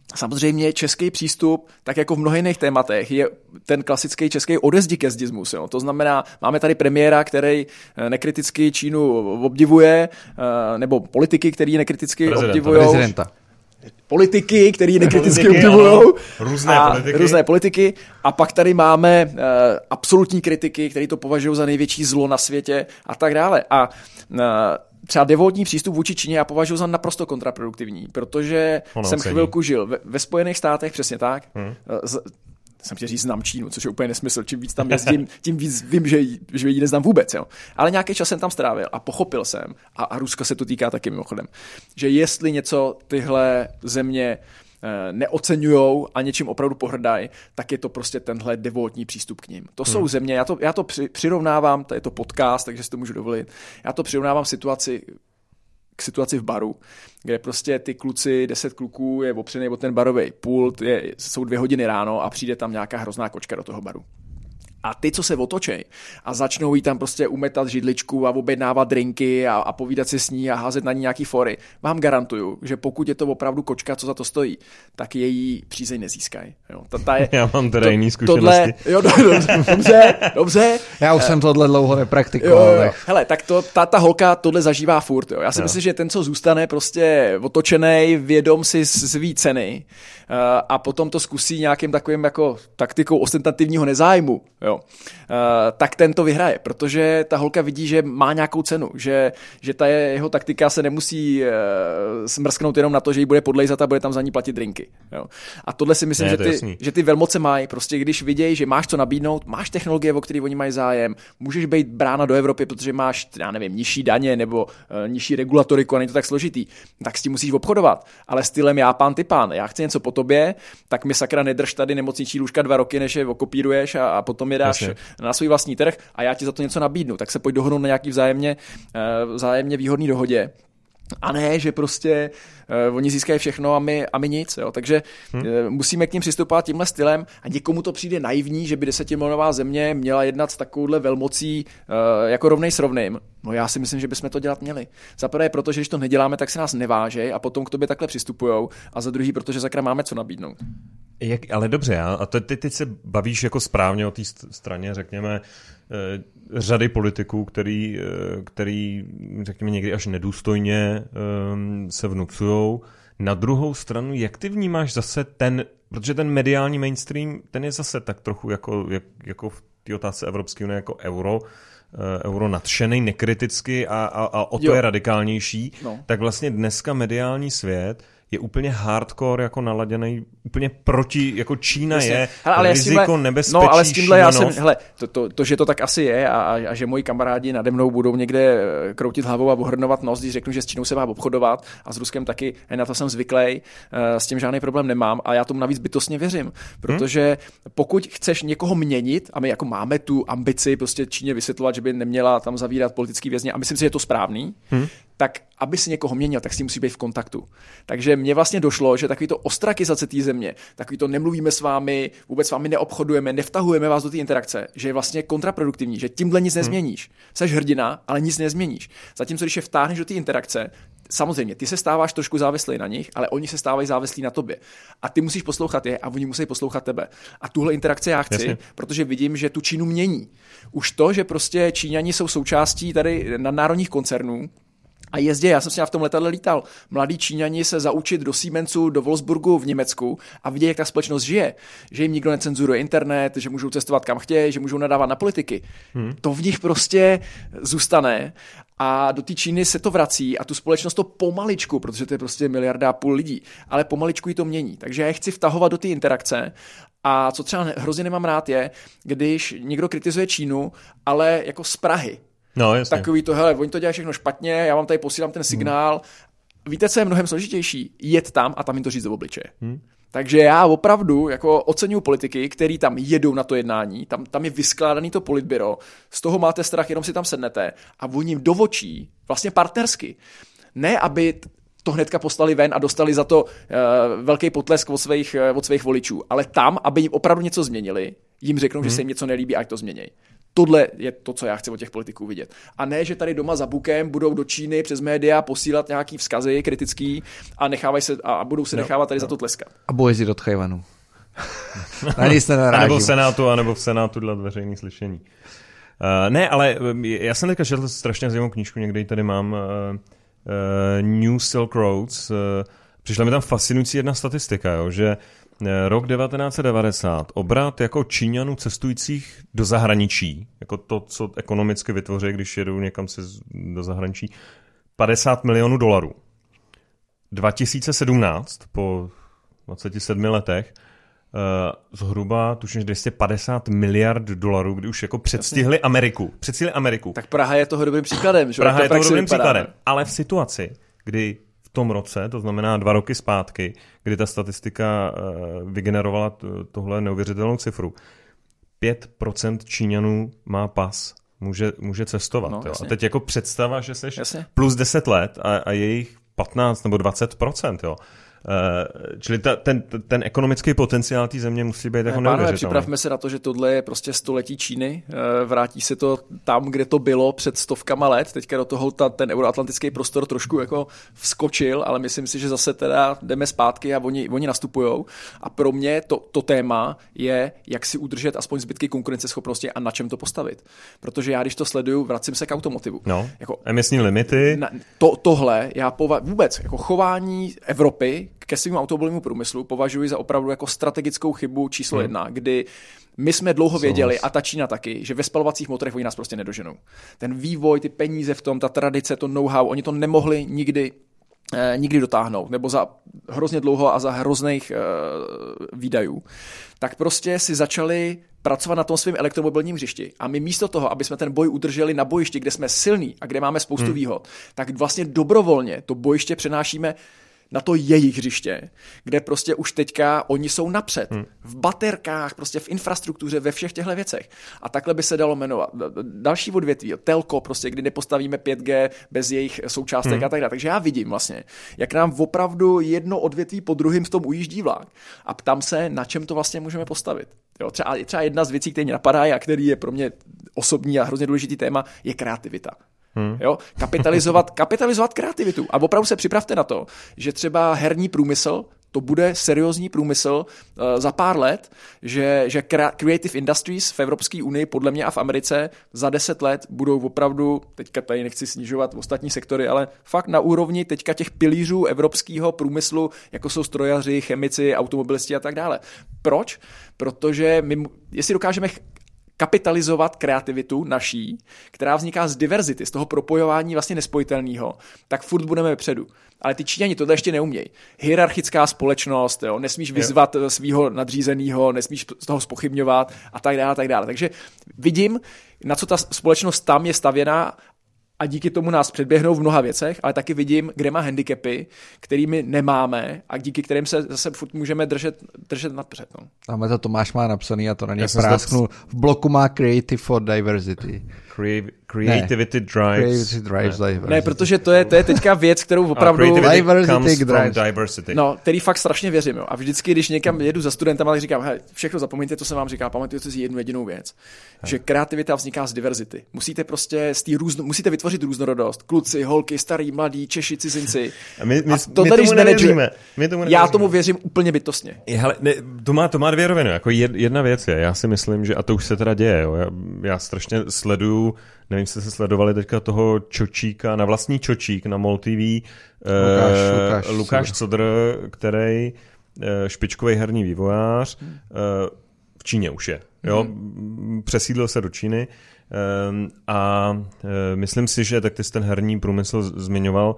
Samozřejmě český přístup, tak jako v mnoha jiných tématech, je ten klasický český odezdikezismus. To znamená, máme tady premiéra, který nekriticky Čínu obdivuje, nebo politiky, který nekriticky obdivují. Politiky, který nekriticky obdivují. Různé politiky. A pak tady máme absolutní kritiky, který to považují za největší zlo na světě a tak dále. A třeba devoltní přístup vůči Číně já považuji za naprosto kontraproduktivní, protože jsem chvilku žil ve Spojených státech, přesně tak. Jsem chtěl říct, znám Čínu, což je úplně nesmysl. Čím víc tam jezdím, tím víc vím, že ji neznám vůbec. Jo. Ale nějaký čas jsem tam strávil a pochopil jsem, a Ruska se to týká taky mimochodem, že jestli něco tyhle země neoceňujou a něčím opravdu pohrdají, tak je to prostě tenhle devoltní přístup k nim. To jsou země, já to přirovnávám, to je to podcast, takže si to můžu dovolit, já to přirovnávám k situaci v baru, kde prostě ty kluci, 10 kluků je opřený o ten barový pult, jsou 2 hodiny ráno a přijde tam nějaká hrozná kočka do toho baru. A ty, co se otočej a začnou jí tam prostě umetat židličku a objednávat drinky a povídat si s ní a házet na ní nějaký fory, vám garantuju, že pokud je to opravdu kočka, co za to stojí, tak její přízeň nezískají. Já mám teda jiný zkušenosti. Dobře. Já už jsem tohle dlouho nepraktikoval. Hele, tak ta holka tohle zažívá furt. Jo. Já si myslím, že ten, co zůstane prostě otočenej, vědom si svý ceny a potom to zkusí nějakým takovým jako taktikou ostentativního nezájmu, jo. Tak ten to vyhraje, protože ta holka vidí, že má nějakou cenu, že ta jeho taktika se nemusí smrsknout jenom na to, že jí bude podlejzat a bude tam za ní platit drinky. Jo. A tohle si myslím, že ty velmoce mají, prostě když vidějí, že máš co nabídnout, máš technologie, o které oni mají zájem, můžeš být brána do Evropy, protože máš, já nevím, nižší daně nebo nižší regulatoriku a není to tak složitý, tak s tím musíš obchodovat. Ale stylem já pán ty pán, já chci něco po tobě, tak mi sakra nedrž tady nemocniční lůžka 2 roky, než je okopíruješ a potom je dáš na svůj vlastní trh a já ti za to něco nabídnu. Tak se pojď dohodnout na nějaký vzájemně výhodný dohodě. A ne, že prostě oni získají všechno a my nic. Jo. Takže musíme k ním přistupovat tímhle stylem a někomu to přijde naivní, že by 10milionová země měla jednat s takovouhle velmocí jako rovnej s rovným. No já si myslím, že bychom to dělat měli. Za prvé, protože když to neděláme, tak se nás nevážej a potom k tobě takhle přistupujou a za druhý, protože sakra máme co nabídnout. Ale dobře, a teď se bavíš jako správně o té straně, řekněme, řady politiků, který řekněme někdy až nedůstojně se vnucujou. Na druhou stranu, jak ty vnímáš zase protože ten mediální mainstream, ten je zase tak trochu jako v té otázce Evropské unie jako euro nadšenej, nekriticky a o to je radikálnější, tak vlastně dneska mediální svět je úplně hardcore jako naladěný, úplně proti, jako Čína jasně. Je ale riziko, nebezpečí, ale s tímhle já jsem, hele, to, že to tak asi je a že moji kamarádi nade mnou budou někde kroutit hlavou a ohrnovat nos, když řeknu, že s Čínou se má obchodovat a s Ruskem taky, na to jsem zvyklý, s tím žádný problém nemám a já tomu navíc bytostně věřím, protože pokud chceš někoho měnit a my jako máme tu ambici prostě Číně vysvětlovat, že by neměla tam zavírat politický vězně a myslím si, že je to správný, tak aby si někoho měnil, tak s tím musí být v kontaktu. Takže mně vlastně došlo, že takový to ostrakizace té země, takový to nemluvíme s vámi, vůbec s vámi neobchodujeme, nevtahujeme vás do té interakce, že je vlastně kontraproduktivní, že tímhle nic nezměníš. Jseš hrdina, ale nic nezměníš. Zatímco když je vtáhneš do té interakce, samozřejmě, ty se stáváš trošku závislý na nich, ale oni se stávají závislí na tobě. A ty musíš poslouchat je a oni musí poslouchat tebe. A tuhle interakci já chci, protože vidím, že tu Čínu mění. Už to, že prostě Číňani jsou součástí tady nadnárodních koncernů, a já jsem si v tom letadle lítal. Mladí Číňani se zaučit do Siemensu, do Wolfsburgu v Německu a vidět, jak ta společnost žije. Že jim nikdo necenzuruje internet, že můžou cestovat kam chtějí, že můžou nadávat na politiky. To v nich prostě zůstane a do té Číny se to vrací a tu společnost to pomaličku, protože to je prostě 1,5 miliardy lidí, ale pomaličku ji to mění. Takže já je chci vtahovat do té interakce a co třeba hrozně nemám rád je, když někdo kritizuje Čínu, ale jako z Prahy. No, jasně. Takový to, hele, oni to dělají všechno špatně, já vám tady posílám ten signál. Víte, co je mnohem složitější? Jet tam a tam jim to říct do obličeje. Takže já opravdu jako oceňuji politiky, který tam jedou na to jednání, tam je vyskládaný to politbyro, z toho máte strach, jenom si tam sednete a oni jim do očí, vlastně partnersky. Ne, aby to hnedka poslali ven a dostali za to velký potlesk od svých voličů, ale tam, aby jim opravdu něco změnili, jim řeknou, že se jim něco nelíbí, ať to změnějí. tohle je to, co já chci od těch politiků vidět. A ne, že tady doma za bukem budou do Číny přes média posílat nějaký vzkazy kritický a budou se nechávat tady za to tleskat. A boje jezdit do Tchajvanu. Na nic se narážím. Anebo v Senátu dělat veřejný slyšení. Ne, ale já jsem teďka četl strašně zajímavou knížku, někde ji tady mám, New Silk Roads. Přišla mi tam fascinující jedna statistika, jo, že rok 1990, obrat jako Číňanů cestujících do zahraničí, jako to, co ekonomicky vytvoří, když jedou někam do zahraničí, $50 milionů. 2017, po 27 letech, zhruba tuším $250 miliard, kdy už jako předstihli Ameriku. Tak Praha je toho dobrým příkladem. Že? Praha je toho dobrým příkladem, ale v situaci, kdy v tom roce, to znamená 2 roky zpátky, kdy ta statistika vygenerovala tohle neuvěřitelnou cifru, 5% Číňanů má pas, může cestovat. No, a teď jako představa, že seš jasně. plus 10 let a jejich 15 nebo 20%, jo. Čili ten ekonomický potenciál té země musí být jako neuvěřitelný. Připravme se na to, že tohle je prostě století Číny. Vrátí se to tam, kde to bylo před stovkama let. Teďka do toho ten euroatlantický prostor trošku jako vskočil, ale myslím si, že zase teda jdeme zpátky a oni nastupujou. A pro mě to téma je, jak si udržet aspoň zbytky konkurenceschopnosti a na čem to postavit. Protože já, když to sleduju, vracím se k automotivu. No, jako emisní limity. Tohle já vůbec jako chování Evropy ke svým automobilovému průmyslu považuji za opravdu jako strategickou chybu číslo 1, kdy my jsme dlouho věděli, a ta Čína taky, že ve spalovacích motorech oni nás prostě nedoženou. Ten vývoj, ty peníze v tom, ta tradice, to know-how, oni to nemohli nikdy dotáhnout, nebo za hrozně dlouho a za hrozných výdajů. Tak prostě si začali pracovat na tom svém elektromobilním hřišti. A my místo toho, aby jsme ten boj udrželi na bojišti, kde jsme silní a kde máme spoustu výhod, tak vlastně dobrovolně to bojiště přenášíme na to jejich hřiště, kde prostě už teďka oni jsou napřed. V baterkách, prostě v infrastruktuře, ve všech těchto věcech. A takhle by se dalo jmenovat. Další odvětví, telko, prostě, kdy nepostavíme 5G bez jejich součástek a tak dále. Takže já vidím vlastně, jak nám opravdu jedno odvětví po druhém v tom ujíždí vlak. A ptám se, na čem to vlastně můžeme postavit. Jo, třeba jedna z věcí, které mě napadá a který je pro mě osobní a hrozně důležitý téma, je kreativita. Jo? Kapitalizovat kreativitu. A opravdu se připravte na to, že třeba herní průmysl, to bude seriózní průmysl za pár let, že creative industries v Evropské unii, podle mě a v Americe, za 10 let budou opravdu, teďka tady nechci snižovat ostatní sektory, ale fakt na úrovni teďka těch pilířů evropského průmyslu, jako jsou strojaři, chemici, automobilisti a tak dále. Proč? Protože jestli dokážeme kapitalizovat kreativitu naší, která vzniká z diverzity, z toho propojování vlastně nespojitelného, tak furt budeme vepředu. Ale ty Číňani tohle ještě neumějí. Hierarchická společnost, jo, nesmíš vyzvat svýho nadřízeného, nesmíš z toho zpochybňovat a tak dále, tak dále. Takže vidím, na co ta společnost tam je stavěná a díky tomu nás předběhnou v mnoha věcech, ale taky vidím, kde má handicapy, kterými nemáme a díky kterým se zase furt můžeme držet napřed. No. Tamhle to Tomáš má napsaný a to na něj prásknu. V bloku má Creative for Diversity. Creativity drives diversity. Ne, protože to je teďka věc, kterou opravdu diversity. No, který fakt strašně věřím. Jo. A vždycky, když někam jedu za studentama, tak říkám, hej, všechno zapomeňte, to jsem vám říkal, pamatujte si jednu jedinou věc. Že kreativita vzniká z diverzity. Musíte prostě musíte vytvořit různorodost. Kluci, holky, starý, mladí, Češi, cizinci. My tomu nevěříme. Já tomu věřím úplně bytostně. Hele, to má dvě roviny. Jako jedna věc je, já si myslím, že a to už se teda děje. Jo. Já strašně sleduju, nevím, jestli se sledovali teďka toho Čočíka, na vlastní Čočík, na MOL TV, Lukáš Codr, který špičkový herní vývojář, v Číně už je. Jo? Přesídlil se do Číny a myslím si, že tak ty jsi ten herní průmysl zmiňoval,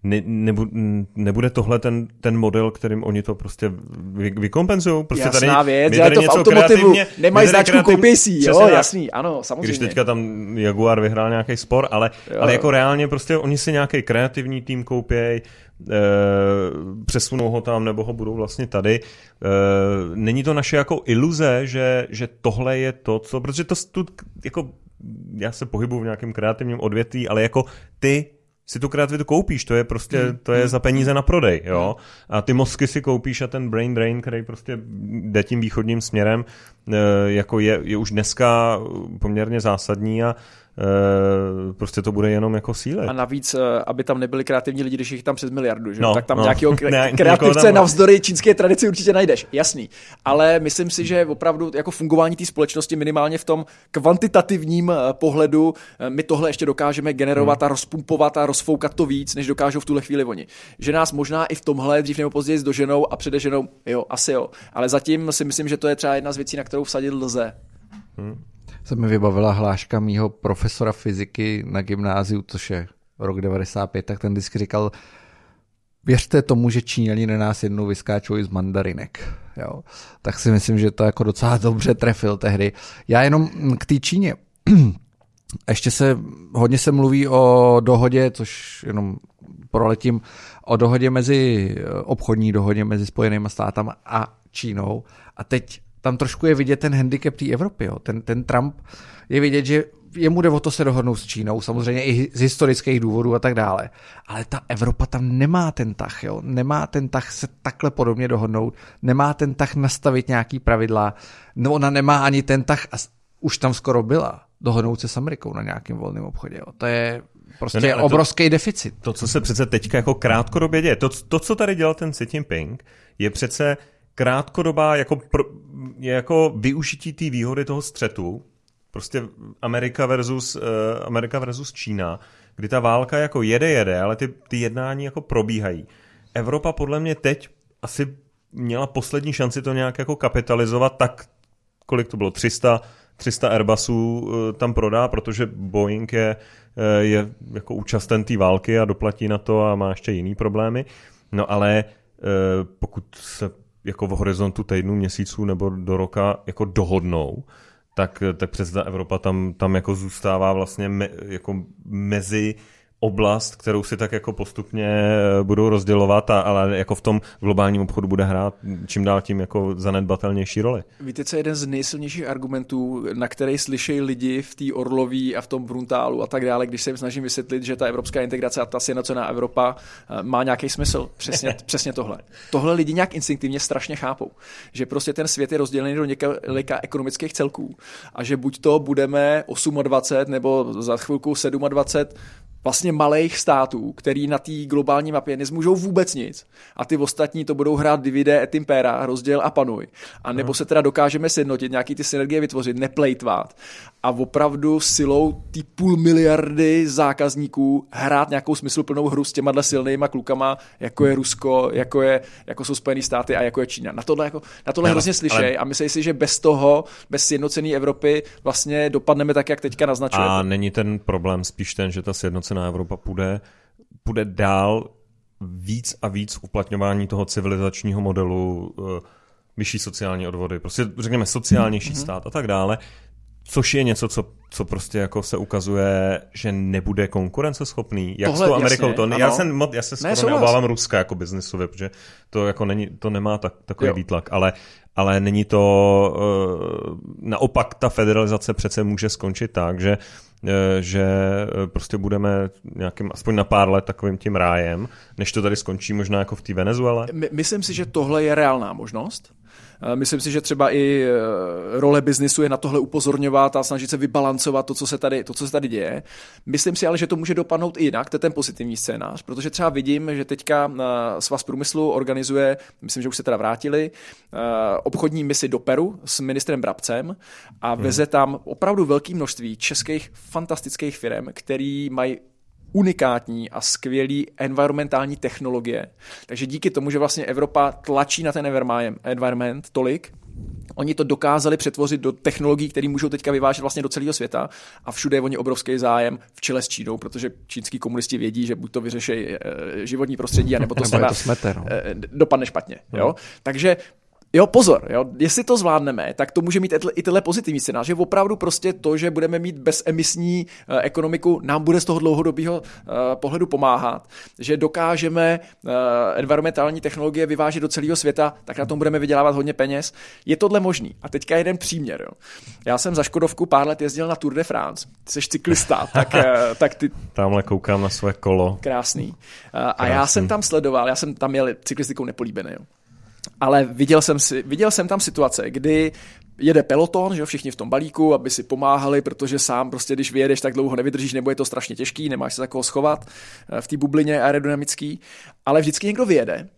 nebude tohle ten model, kterým oni to prostě vykompenzují? Prostě jasná tady, věc, já to v automotivu nemají značku, koupí si, jo, jasný, ano, samozřejmě. Když teďka tam Jaguar vyhrál nějaký spor, ale jako reálně prostě oni si nějaký kreativní tým koupějí, přesunou ho tam, nebo ho budou vlastně tady. Není to naše jako iluze, že tohle je to, co, protože to jako já se pohybuju v nějakém kreativním odvětví, ale jako ty si tu kreativitu koupíš, to je prostě, to je za peníze na prodej, jo. A ty mozky si koupíš a ten brain drain, který prostě jde tím východním směrem, jako je už dneska poměrně zásadní a prostě to bude jenom jako sílit. A navíc, aby tam nebyli kreativní lidi, když jich tam přes miliardu, že? No, Tak tam nějakého ne, kreativce navzdory čínské tradici určitě najdeš, jasný. Ale myslím si, že opravdu jako fungování té společnosti minimálně v tom kvantitativním pohledu my tohle ještě dokážeme generovat a rozpumpovat a rozfoukat to víc, než dokážou v tuhle chvíli oni. Že nás možná i v tomhle dřív nebo později doženou a předeženou, jo, asi jo. Ale zatím si myslím, že to je třeba jedna z věcí, na kterou vsadit lze. Se mi vybavila hláška mýho profesora fyziky na gymnáziu, což je rok 95, tak ten vždycky říkal, věřte tomu, že Číňani na nás jednou vyskáčou i z mandarinek. Jo. Tak si myslím, že to jako docela dobře trefil tehdy. Já jenom k té Číně. Ještě hodně se mluví o dohodě, což jenom proletím, o dohodě obchodní dohodě mezi Spojenými státama a Čínou. A teď tam trošku je vidět ten handicap té Evropy. Jo. Ten Trump je vidět, že jemu jde o to se dohodnout s Čínou, samozřejmě i z historických důvodů a tak dále. Ale ta Evropa tam nemá ten tah. Jo. Nemá ten tah se takhle podobně dohodnout, nemá ten tah nastavit nějaký pravidla, no ona nemá ani ten tah, a už tam skoro byla, dohodnout se s Amerikou na nějakém volném obchodě. Jo. To je prostě obrovský deficit. To, co se přece teďka jako krátkodobě děje, to, co tady dělal ten Xi Jinping, je přece krátkodobá jako využití té výhody toho střetu, prostě Amerika versus Čína, kdy ta válka jako jede, ale ty jednání jako probíhají. Evropa podle mě teď asi měla poslední šanci to nějak jako kapitalizovat, tak kolik to bylo, 300 Airbusů tam prodá, protože Boeing je jako účasten té války a doplatí na to a má ještě jiný problémy. No ale pokud se jako v horizontu týdnů, měsíců nebo do roka jako dohodnou, tak přece ta Evropa tam jako zůstává vlastně jako mezi oblast, kterou si tak jako postupně budou rozdělovat, ale jako v tom globálním obchodu bude hrát čím dál tím jako zanedbatelnější roli. Víte, co je jeden z nejsilnějších argumentů, na který slyšejí lidi v té Orloví a v tom Bruntálu a tak dále, když se jim snažím vysvětlit, že ta evropská integrace a ta sjednocená Evropa má nějaký smysl. Přesně tohle. Tohle lidi nějak instinktivně strašně chápou, že prostě ten svět je rozdělený do několika ekonomických celků a že buď to budeme 28 nebo za chvilku 27 vlastně malých států, který na té globální mapě nezmůžou vůbec nic a ty ostatní to budou hrát divide et impera, rozděl a panuj. A nebo se teda dokážeme sjednotit, nějaký ty synergie vytvořit, neplejtvat a opravdu silou ty 500 miliardy zákazníků hrát nějakou smysluplnou hru s těma silnýma klukama, jako je Rusko, jako jsou Spojené státy a jako je Čína. Na tohle hrozně slyšej a myslí si, že bez sjednocené Evropy vlastně dopadneme tak, jak teďka naznačujete. A není ten problém spíš ten, že ta sjednocená Evropa půjde dál víc a víc uplatňování toho civilizačního modelu, vyšší sociální odvody, prostě řekněme sociálnější stát a tak dále, což je něco, co prostě jako se ukazuje, že nebude konkurenceschopný. Jak tohle, s tou Amerikou jasně, já se skoro neobávám Ruska jako biznisově, protože to jako to nemá takový výtlak, ale není to naopak ta federalizace přece může skončit tak, že prostě budeme nějakým, aspoň na pár let takovým tím rájem, než to tady skončí možná jako v té Venezuele? Myslím si, že tohle je reálná možnost. Myslím si, že třeba i role biznisu je na tohle upozorňovat a snažit se vybalancovat to, co se tady děje. Myslím si ale, že to může dopadnout i jinak, to je ten pozitivní scénář, protože třeba vidím, že teďka Svaz průmyslu organizuje, myslím, že už se teda vrátili, obchodní misi do Peru s ministrem Brabcem a veze tam opravdu velké množství českých fantastických firm, který mají unikátní a skvělý environmentální technologie. Takže díky tomu, že vlastně Evropa tlačí na ten environment tolik, oni to dokázali přetvořit do technologií, které můžou teďka vyvážet vlastně do celého světa a všude je oni obrovský zájem v čele s Čínou, protože čínský komunisti vědí, že buď to vyřeší životní prostředí, anebo to dopadne špatně. Jo? Takže Jo, pozor, jo, jestli to zvládneme, tak to může mít i tyhle pozitivní scénář, že opravdu prostě to, že budeme mít bezemisní ekonomiku, nám bude z toho dlouhodobého pohledu pomáhat, že dokážeme environmentální technologie vyvážet do celého světa, tak na tom budeme vydělávat hodně peněz. Je tohle možný. A teďka jeden příměr. Jo. Já jsem za Škodovku pár let jezdil na Tour de France. Ty jsi cyklista, tak ty... Tamhle koukám na své kolo. Krásný. A já jsem tam sledoval, já jsem tam jel cyklistikou nepolíbený, jo. Ale viděl jsem tam situace, kdy jede peloton, že jo, všichni v tom balíku, aby si pomáhali, protože sám prostě, když vyjedeš, tak dlouho nevydržíš, nebo je to strašně těžký, nemáš se za koho schovat v té bublině aerodynamický, ale vždycky někdo vyjede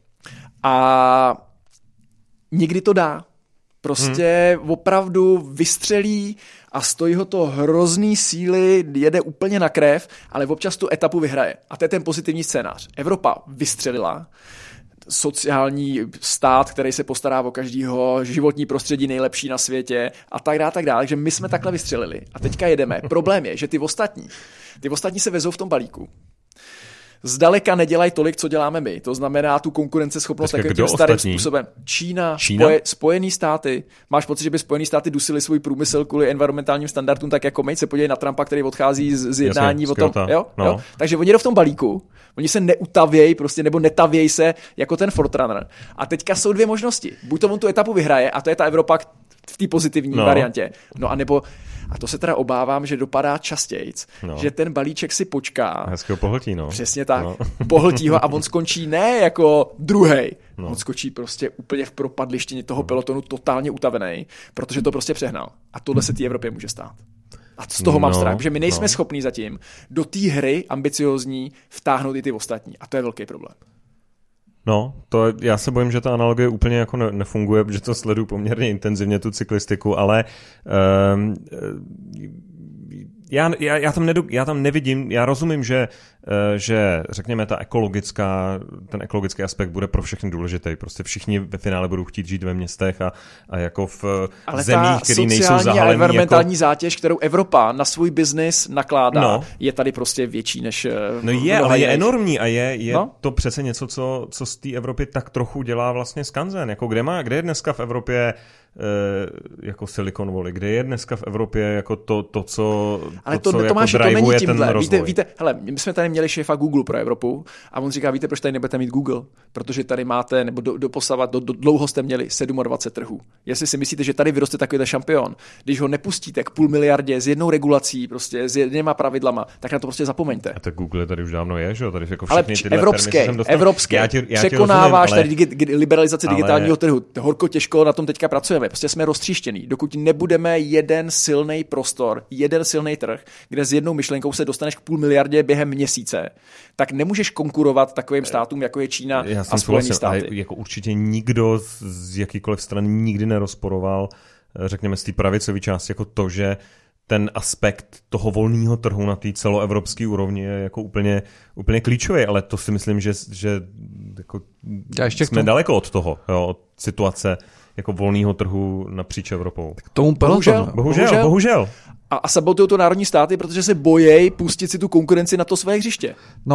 a nikdy to dá. Prostě opravdu vystřelí a stojí ho to hrozný síly, jede úplně na krev, ale občas tu etapu vyhraje. A to je ten pozitivní scénář. Evropa vystřelila, sociální stát, který se postará o každýho, životní prostředí nejlepší na světě a tak dále, takže my jsme takhle vystřelili a teďka jedeme. Problém je, že ty ostatní se vezou v tom balíku. Zdaleka nedělají tolik, co děláme my. To znamená tu konkurenceschopnost takovým tím starým způsobem. Čína? Spojený státy. Máš pocit, že by Spojený státy dusili svůj průmysl kvůli environmentálním standardům, tak jako my se podívej na Trumpa, který odchází z jednání o tom. Jo? Takže oni jdou v tom balíku, oni se neutavějí prostě, nebo netavějí se jako ten Forerunner. A teďka jsou dvě možnosti. Buď to on tu etapu vyhraje, a to je ta Evropa v té pozitivní variantě. No a nebo a to se teda obávám, že dopadá častějc, že ten balíček si počká. Hezky ho pohltí, Přesně tak. Pohltí ho a on skončí ne jako druhej. On skončí prostě úplně v propadlišti toho pelotonu totálně utavený, protože to prostě přehnal. A tohle se té Evropě může stát. A z toho mám strach, že my nejsme schopní zatím do té hry ambiciozní vtáhnout i ty ostatní. A to je velký problém. Já se bojím, že ta analogie úplně jako nefunguje, protože to sleduju poměrně intenzivně, tu cyklistiku, ale já tam nevidím, já rozumím, že řekněme ten ekologický aspekt bude pro všechny důležitý. Prostě všichni ve finále budou chtít žít ve městech a jako v zemích, které nejsou zahalený. Ale ta sociální a environmentální zátěž, kterou Evropa na svůj biznis nakládá, je tady prostě větší než ale je enormní a je to přece něco, co z té Evropy tak trochu dělá vlastně skanzen. Jako kde je dneska v Evropě jako Silicon Valley, kde je dneska v Evropě jako to co drivuje ten rozvoj. Víte, hele, my jsme tady měli šéfa Google pro Evropu a on říká, víte, proč tady nebudete mít Google? Protože tady máte, nebo dlouho jste měli 27 trhů. Jestli si myslíte, že tady vyroste takovýhle šampion, když ho nepustíte k 500 miliardě s jednou regulací, prostě s jedněma pravidlama, tak na to prostě zapomeňte. A tak Google tady už dávno je, že jo? Tady jako všechny evropské. Překonáváš tady liberalizaci digitálního trhu. Horko těžko na tom teďka pracujeme. Prostě jsme roztříštění. Dokud nebudeme jeden silný prostor, jeden silný trh, kde s jednou myšlenkou se dostaneš k 500 miliardě během měsíce, tak nemůžeš konkurovat takovým státům, jako je Čína a Spojené státy. Jako určitě nikdo z jakýkoliv strany nikdy nerozporoval, řekněme z té pravicové části, jako to, že ten aspekt toho volného trhu na té celoevropské úrovni je jako úplně klíčový, ale to si myslím, že jako jsme daleko od toho, od situace jako volného trhu napříč Evropou. K tomu bohužel. A sabotují to národní státy, protože se bojejí pustit si tu konkurenci na to své hřiště.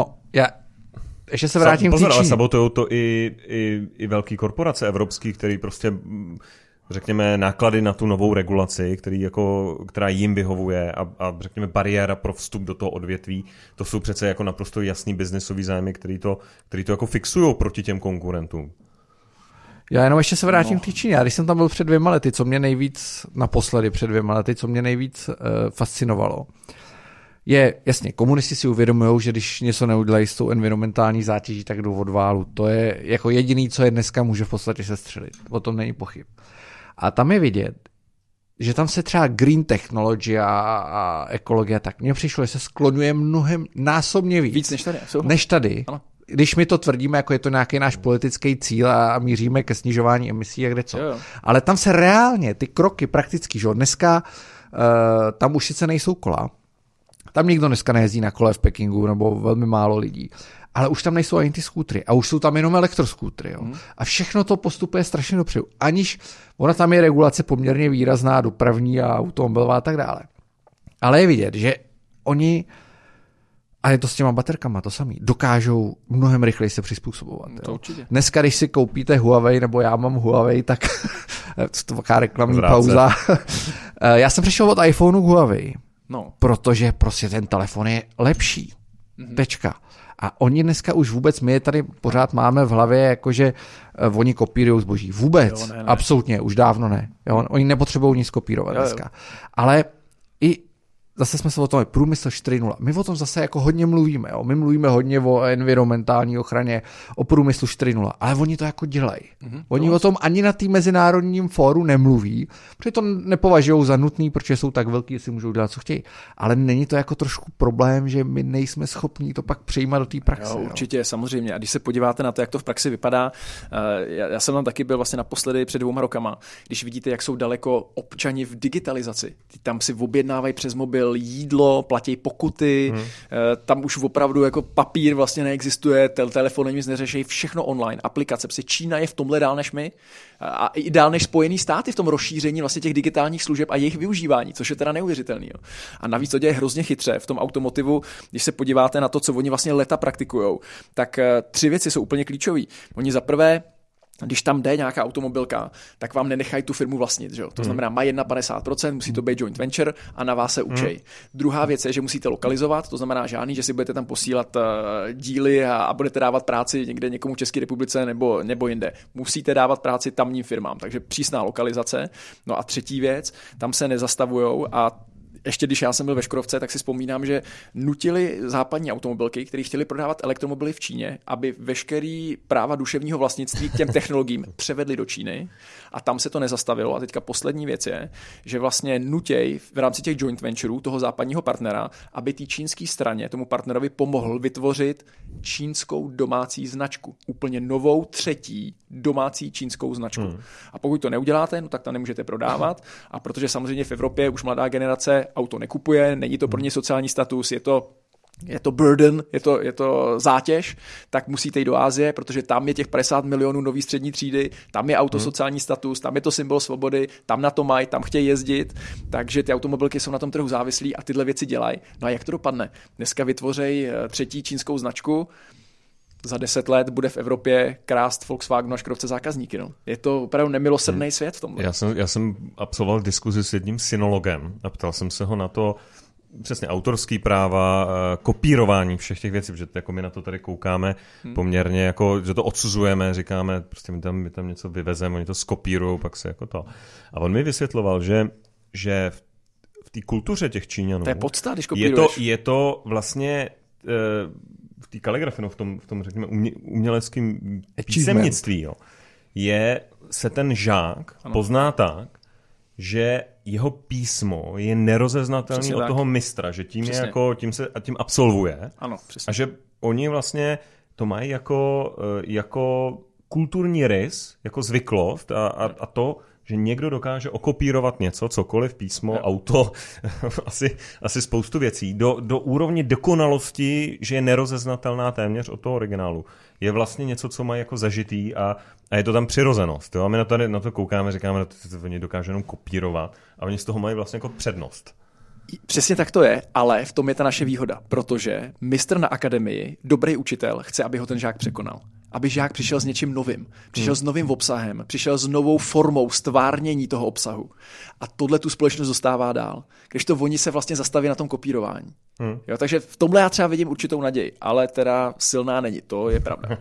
Ještě se vrátím k té Číně. Ale sabotujou to i velké korporace evropský, který prostě řekněme náklady na tu novou regulaci, která jim vyhovuje a řekněme bariéra pro vstup do toho odvětví, to jsou přece jako naprosto jasný biznesový zájmy, který to jako fixujou proti těm konkurentům. Já jenom ještě se vrátím k té Číně. Já když jsem tam byl před 2 lety, naposledy před 2 lety, co mě nejvíc fascinovalo, je, jasně, komunisti si uvědomují, že když něco neudělají s tou environmentální zátěží, tak jdou od válu. To je jako jediný, co je dneska může v podstatě sestřelit. O tom není pochyb. A tam je vidět, že tam se třeba green technology a ekologie, tak mně přišlo, že se skloňuje mnohem násobně víc než tady. Ano. Když my to tvrdíme, jako je to nějaký náš politický cíl a míříme ke snižování emisí a kde co. Jo. Ale tam se reálně ty kroky prakticky, že dneska tam už sice nejsou kola, tam nikdo dneska nejezdí na kole v Pekingu, nebo velmi málo lidí, ale už tam nejsou ani ty skútry a už jsou tam jenom elektroskútry. Jo. A všechno to postupuje strašně dopředu. Ona tam je regulace poměrně výrazná, dopravní a automobilová a tak dále. Ale je vidět, že oni A je to s těma baterkama to samý. Dokážou mnohem rychleji se přizpůsobovat. To určitě. Dneska, když si koupíte Huawei, nebo já mám Huawei, tak to taková reklamní pauza. Já jsem přešel od iPhoneu k Huawei, protože prostě ten telefon je lepší. Tečka. A oni dneska už vůbec, my je tady pořád máme v hlavě, jakože oni kopírujou zboží. Vůbec. Jo, ne. Absolutně, už dávno ne. Jo, oni nepotřebují nic kopírovat dneska. Ale i zase jsme se o tom, průmysl 4.0. My o tom zase jako hodně mluvíme. Jo? My mluvíme hodně o environmentální ochraně, o průmyslu 4.0, ale oni to jako dělají. Oni o tom ani na té mezinárodním fóru nemluví, protože to nepovažují za nutný, protože jsou tak velký, že si můžou dělat, co chtějí. Ale není to jako trošku problém, že my nejsme schopní to pak přejímat do té praxe. Jo, určitě, samozřejmě. A když se podíváte na to, jak to v praxi vypadá, já jsem tam taky byl vlastně naposledy před 2 rokama, když vidíte, jak jsou daleko občani v digitalizaci. Tam si objednávají přes mobil jídlo, platí pokuty, tam už opravdu jako papír vlastně neexistuje, telefon nic neřeší, všechno online, aplikace. Prostě Čína je v tomhle dál než my a i dál než Spojený státy v tom rozšíření vlastně těch digitálních služeb a jejich využívání, což je teda neuvěřitelný. Jo. A navíc to děje hrozně chytře v tom automotivu, když se podíváte na to, co oni vlastně leta praktikujou, tak 3 věci jsou úplně klíčové. Oni za prvé, když tam jde nějaká automobilka, tak vám nenechají tu firmu vlastnit. Že? To znamená, má 51%, musí to být joint venture a na vás se učej. Druhá věc je, že musíte lokalizovat, to znamená žádný, že si budete tam posílat díly a budete dávat práci někde někomu v České republice nebo jinde. Musíte dávat práci tamním firmám, takže přísná lokalizace. No a třetí věc, tam se nezastavujou a ještě když já jsem byl ve Škodovce, tak si vzpomínám, že nutili západní automobilky, které chtěli prodávat elektromobily v Číně, aby veškerý práva duševního vlastnictví k těm technologiím převedli do Číny a tam se to nezastavilo. A teďka poslední věc je, že vlastně nutěj v rámci těch joint ventureů toho západního partnera, aby té čínské straně tomu partnerovi pomohl vytvořit čínskou domácí značku. Úplně novou, třetí domácí čínskou značku. A pokud to neuděláte, no tak tam nemůžete prodávat. A protože samozřejmě v Evropě už mladá generace auto nekupuje, není to pro ně sociální status, je to burden, je to zátěž, tak musíte jít do Asie, protože tam je těch 50 milionů nový střední třídy, tam je auto sociální status, tam je to symbol svobody, tam na to mají, tam chtějí jezdit, takže ty automobilky jsou na tom trhu závislí a tyhle věci dělají. No a jak to dopadne? Dneska vytvoří třetí čínskou značku, za 10 let bude v Evropě krást Volkswagenu a Škodovce zákazníky. No. Je to opravdu nemilosrdný svět v tomhle. Já jsem absolvoval diskuzi s jedním synologem a ptal jsem se ho na to, přesně autorský práva, kopírování všech těch věcí, protože jako my na to tady koukáme poměrně, jako, že to odsuzujeme, říkáme, prostě my tam něco vyvezeme, oni to skopírujou, pak se jako to. A on mi vysvětloval, že v té kultuře těch Číňanů to je podsta, když kopíruješ. Je to vlastně v té kaligrafii, v tom řekněme uměleckém písemnictví, jo, se ten žák pozná tak, že jeho písmo je nerozeznatelný přesně od tak. Toho mistra, že tím přesně. Je jako, tím absolvuje. Ano, přesně. A že oni vlastně to mají jako kulturní rys, jako zvyklost a to, že někdo dokáže okopírovat něco, cokoliv, písmo, auto, asi spoustu věcí, do úrovně dokonalosti, že je nerozeznatelná téměř od toho originálu. Je vlastně něco, co mají jako zažitý a je to tam přirozenost. Jo? A my na to koukáme, říkáme, že oni dokážou jenom kopírovat a oni z toho mají vlastně jako přednost. Přesně tak to je, ale v tom je ta naše výhoda, protože mistr na akademii, dobrý učitel, chce, aby ho ten žák překonal. Aby žák přišel s něčím novým, přišel s novým obsahem, přišel s novou formou stvárnění toho obsahu. A tohle tu společnost dostává dál. Když to oni se vlastně zastaví na tom kopírování. Jo, takže v tomhle já třeba vidím určitou naději, ale teda silná není, to je pravda.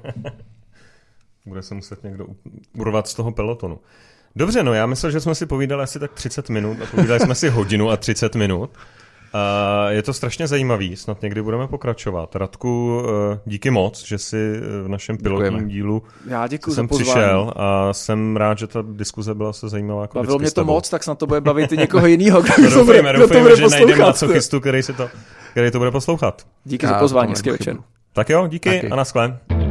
Bude se muset někdo urvat z toho pelotonu. Dobře, no já myslel, že jsme si povídali asi tak 30 minut a povídali jsme si 1 hodinu a 30 minut. Je to strašně zajímavý, snad někdy budeme pokračovat. Radku, díky moc, že jsi v našem pilotním dílu jsem přišel a jsem rád, že ta diskuze byla se zajímavá. Jako bavilo mě to moc, tak snad to bude bavit i někoho jiného, kdo to bude že najdeme masochistu, který to bude poslouchat. Díky za pozvání, hezký večer. Tak jo, díky a naschle.